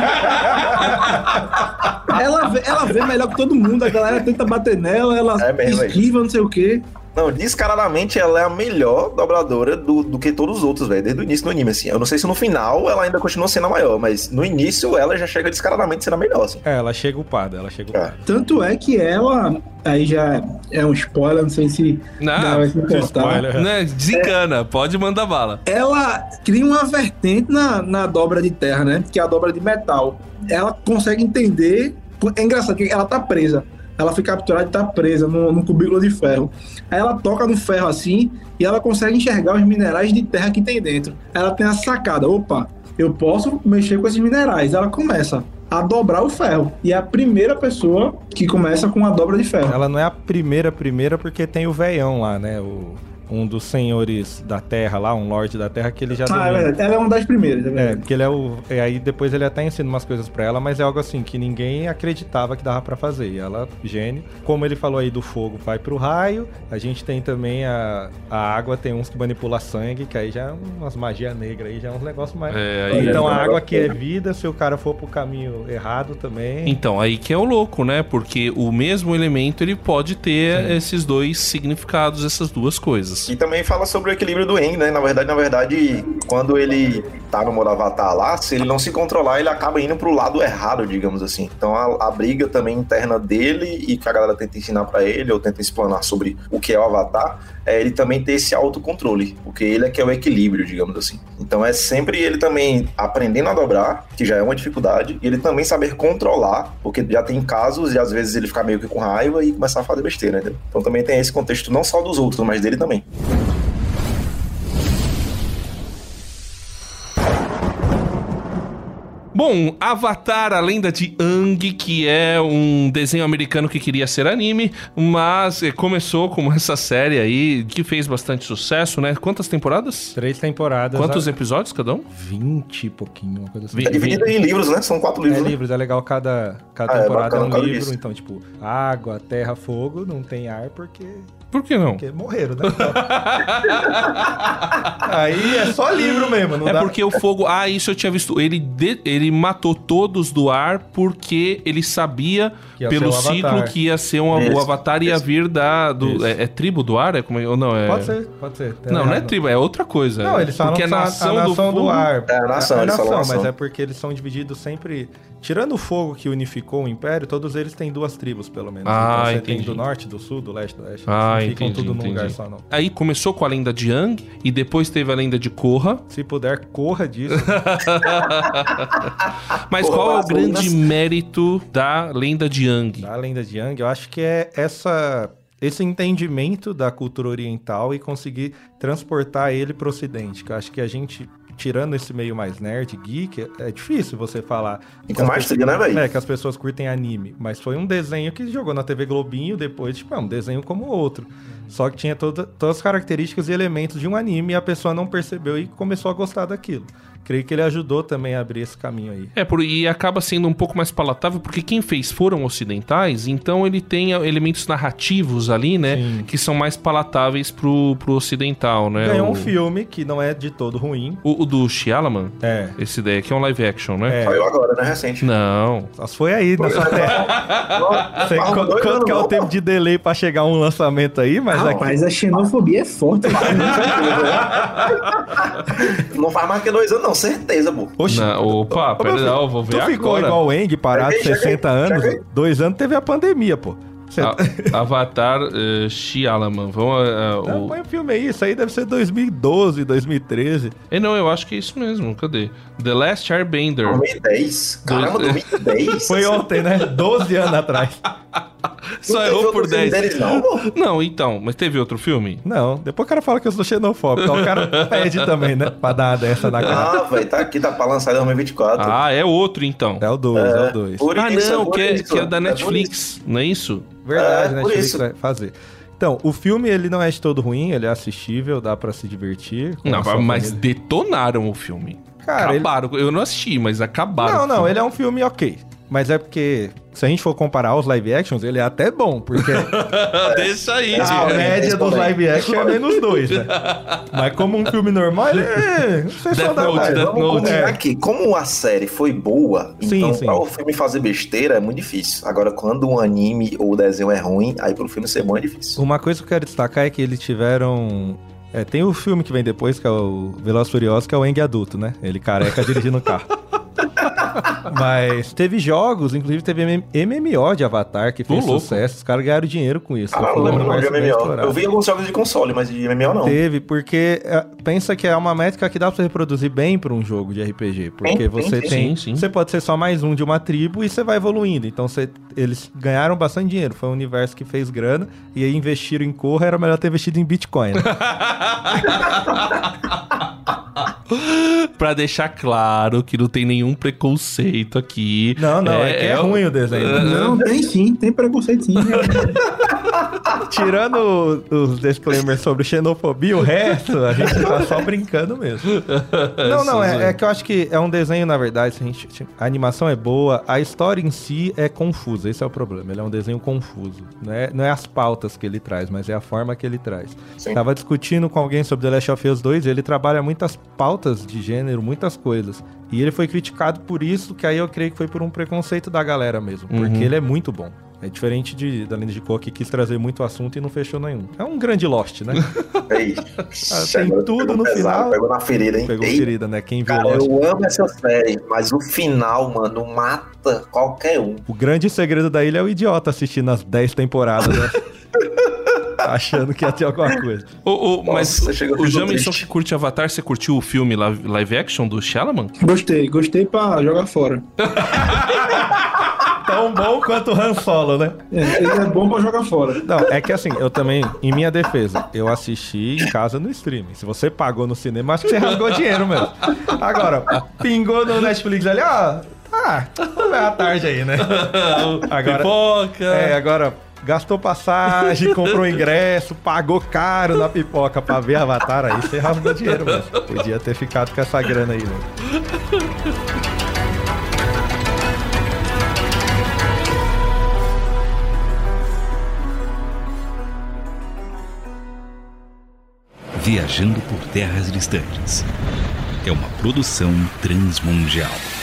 ela, vê, ela vê melhor que todo mundo, a galera tenta bater nela, ela é mesmo, esquiva, não sei o quê. Não, descaradamente ela é a melhor dobradora do, do que todos os outros, velho, desde o início do anime, assim. Eu não sei se no final ela ainda continua sendo a maior, mas no início ela já chega descaradamente sendo a melhor, assim. É, ela chega upada, ela chega upada. É. Tanto é que ela, aí já é um spoiler, não sei se não, vai se importar. Né, desencana, é, pode mandar bala. Ela cria uma vertente na, na dobra de terra, né, que é a dobra de metal. Ela consegue entender, é engraçado que ela tá presa. Ela fica capturada e tá presa no, no cubículo de ferro. Aí ela toca no ferro assim e ela consegue enxergar os minerais de terra que tem dentro. Ela tem a sacada, opa, eu posso mexer com esses minerais. Ela começa a dobrar o ferro. E é a primeira pessoa que começa com a dobra de ferro. Ela não é a primeira primeira porque tem o veião lá, né? O... um dos senhores da terra lá, um lorde da terra, que ele já... Ah, é verdade. Ela é uma das primeiras, é verdade. É, porque ele é o... E aí depois ele até ensina umas coisas pra ela, mas é algo assim que ninguém acreditava que dava pra fazer. E ela, gênio. Como ele falou aí do fogo, vai pro raio. A gente tem também a, a água, tem uns que manipula sangue, que aí já é umas magia negra aí, já é uns negócios mais... É, aí então é a água que é vida, se o cara for pro caminho errado também... Então, aí que é o louco, né? Porque o mesmo elemento, ele pode ter Sim. esses dois significados, essas duas coisas. E também fala sobre o equilíbrio do Aang, né? Na verdade, na verdade, quando ele tá no modo Avatar lá, se ele não se controlar, ele acaba indo pro lado errado, digamos assim. Então a, a briga também interna dele e que a galera tenta ensinar pra ele, ou tenta explanar sobre o que é o Avatar, é ele também ter esse autocontrole, porque ele é que é o equilíbrio, digamos assim. Então é sempre ele também aprendendo a dobrar, que já é uma dificuldade, e ele também saber controlar, porque já tem casos e às vezes ele fica meio que com raiva e começar a fazer besteira, entendeu? Então também tem esse contexto não só dos outros, mas dele também. Bom, Avatar, a Lenda de Aang, que é um desenho americano que queria ser anime, mas começou como essa série aí, que fez bastante sucesso, né? Quantas temporadas? Três temporadas. Quantos a... episódios cada um? Vinte e pouquinho, uma coisa assim. É dividido em livros, né? São quatro livros. É né? livros, é legal, cada, cada ah, temporada é, bacana, é um livro, disso. Então, tipo, água, terra, fogo, não tem ar porque... Por que não? Porque morreram, né? Aí é só livro mesmo, não É dá... porque o fogo... Ah, isso eu tinha visto. Ele, de... ele matou todos do ar porque ele sabia, pelo ciclo, que ia ser um... Isso, o Avatar ia isso. vir da... Do... É, é tribo do ar? É como... Ou não, é... Pode ser, pode ser. Não, não é tribo, é outra coisa. Não, eles falam porque é nação, a nação do, do ar. É a nação, é, eles nação, falam nação. Mas é porque eles são divididos sempre... Tirando o fogo que unificou o Império, todos eles têm duas tribos, pelo menos. Ah, então, você entendi. tem do norte, do sul, do leste, do oeste. Ah, eles não entendi, ficam tudo entendi. num lugar só, não. Aí começou com a lenda de Aang e depois teve a lenda de Korra. Se puder, corra disso. Mas Porra, qual é o grande mérito da lenda de Aang? Da lenda de Aang, eu acho que é essa... esse entendimento da cultura oriental e conseguir transportar ele para o ocidente, que eu acho que a gente, tirando esse meio mais nerd, geek, é difícil você falar... E com mais trilha, né, velho? É, que as pessoas curtem anime, mas foi um desenho que jogou na T V Globinho, depois, tipo, é um desenho como o outro. Só que tinha toda, todas as características e elementos de um anime e a pessoa não percebeu e começou a gostar daquilo. Creio que ele ajudou também a abrir esse caminho aí. É, por, e acaba sendo um pouco mais palatável, porque quem fez foram ocidentais, então ele tem elementos narrativos ali, né? Sim. Que são mais palatáveis pro, pro ocidental, né? Ganhou o... um filme que não é de todo ruim. O, o do Shyamalan? É. Esse daí aqui é um live action, né? É. Saiu agora, né? Recente. Não. Só foi aí, na sua terra. Sei quanto, quanto que é o tempo de delay pra chegar um lançamento aí, mas ah, aqui... Mas a xenofobia é forte. Não faz mais que dois anos, não. Certeza, pô. Oxi, não, opa, pera não, vou ver tu agora. Tu ficou igual o Aang, parado cheguei, sessenta cheguei, anos, cheguei. Dois anos teve a pandemia, pô. A, Avatar uh, Shyamalan. Vamos, uh, não, o... põe o filme aí, isso aí deve ser dois mil e doze, dois mil e treze. É, não, eu acho que é isso mesmo, cadê? The Last Airbender. dois mil e dez? Caramba, dois mil e dez? Foi ontem, né? doze anos atrás. Só errou por dez. Deles, não, pô. Não, então, mas teve outro filme? Não, depois o cara fala que eu sou xenofóbico. O cara pede também, né? Pra dar uma dessa na cara. Ah, velho, tá aqui, tá pra lançar em dois mil e vinte e quatro. Ah, é outro então. É o dois, é, é o dois. Ah, isso, não, que é, isso, que é da é Netflix, não é isso? Verdade, É, a por Netflix isso. vai fazer. Então, o filme, ele não é de todo ruim, ele é assistível, dá pra se divertir. com Não, a sua mas família. detonaram o filme. Cara, ele- acabaram. Eu não assisti, mas acabaram. Não, o não, filme. ele é um filme ok. Mas é porque, se a gente for comparar os live actions, ele é até bom, porque Deixa aí. É. a É, média dos responde aí. live action é menos dois, né? Mas como um filme normal, ele é... Não sei Death só dá Note, mais. Death Vamos Note. combinar É. aqui, como a série foi boa, Sim, então sim. pra o filme fazer besteira é muito difícil. Agora, quando um anime ou o desenho é ruim, aí pro filme ser bom é difícil. Uma coisa que eu quero destacar é que eles tiveram... É, tem o filme que vem depois, que é o Velozes e Furiosos, que é o Aang adulto, né? Ele careca dirigindo o carro. Mas teve jogos, inclusive teve M M O de Avatar, que fez Ô, louco. sucesso. Os caras ganharam dinheiro com isso. Ah, Foi eu um lembro mais de negócio bem M M O. estourado. Eu vi alguns jogos de console, mas de M M O não. Teve, porque é, pensa que é uma métrica que dá pra você reproduzir bem pra um jogo de R P G. Porque Sim, você sim, tem. sim, sim. Você pode ser só mais um de uma tribo e você vai evoluindo. Então você, eles ganharam bastante dinheiro. Foi um universo que fez grana. E aí investiram em Corra, era melhor ter investido em Bitcoin. Né? Pra deixar claro que não tem nenhum preconceito aqui. Não, não, é, que é, o- ruim o desenho. Não, tem sim, tem preconceito sim. Tirando os disclaimers sobre xenofobia, o resto a gente tá só brincando mesmo. Não, não, é, é que eu acho que é um desenho, na verdade, se a, gente, a animação é boa, a história em si é confusa, esse é o problema. Ele é um desenho confuso. Não é, não é as pautas que ele traz, mas é a forma que ele traz. Sim. Tava discutindo com alguém sobre The Last of Us dois, e ele trabalha muitas pautas de gênero, muitas coisas. E ele foi criticado por isso, que aí eu creio que foi por um preconceito da galera mesmo, porque Uhum. ele é muito bom. É diferente de, da Lenda de Korra, que quis trazer muito assunto e não fechou nenhum. É um grande Lost, né? Ei, tem agora tudo pegou no pesado, final. Pegou na ferida, hein? Pegou Ei, ferida, né? Quem viu cara, Lost. eu amo essa série, mas o final, mano, mata qualquer um. O grande segredo da ilha é o idiota assistindo as dez temporadas, né? Achando que ia ter alguma coisa. O, o, mas Nossa, chega, eu o fico Jamison triste. que curte Avatar, você curtiu o filme live, live action do Shyamalan? Gostei, gostei pra jogar fora. Tão bom quanto o Han Solo, né? É, ele é bom pra jogar fora. Não, é que assim, eu também, em minha defesa, eu assisti em casa no streaming. Se você pagou no cinema, acho que você rasgou dinheiro mesmo. Agora, pingou no Netflix ali, ó. Ah, vai à tarde aí, né? Agora, Pipoca! é, agora gastou passagem, comprou ingresso, pagou caro na pipoca pra ver Avatar, aí você rasgou dinheiro mesmo. Podia ter ficado com essa grana aí, né? Viajando por terras distantes. É uma produção transmundial.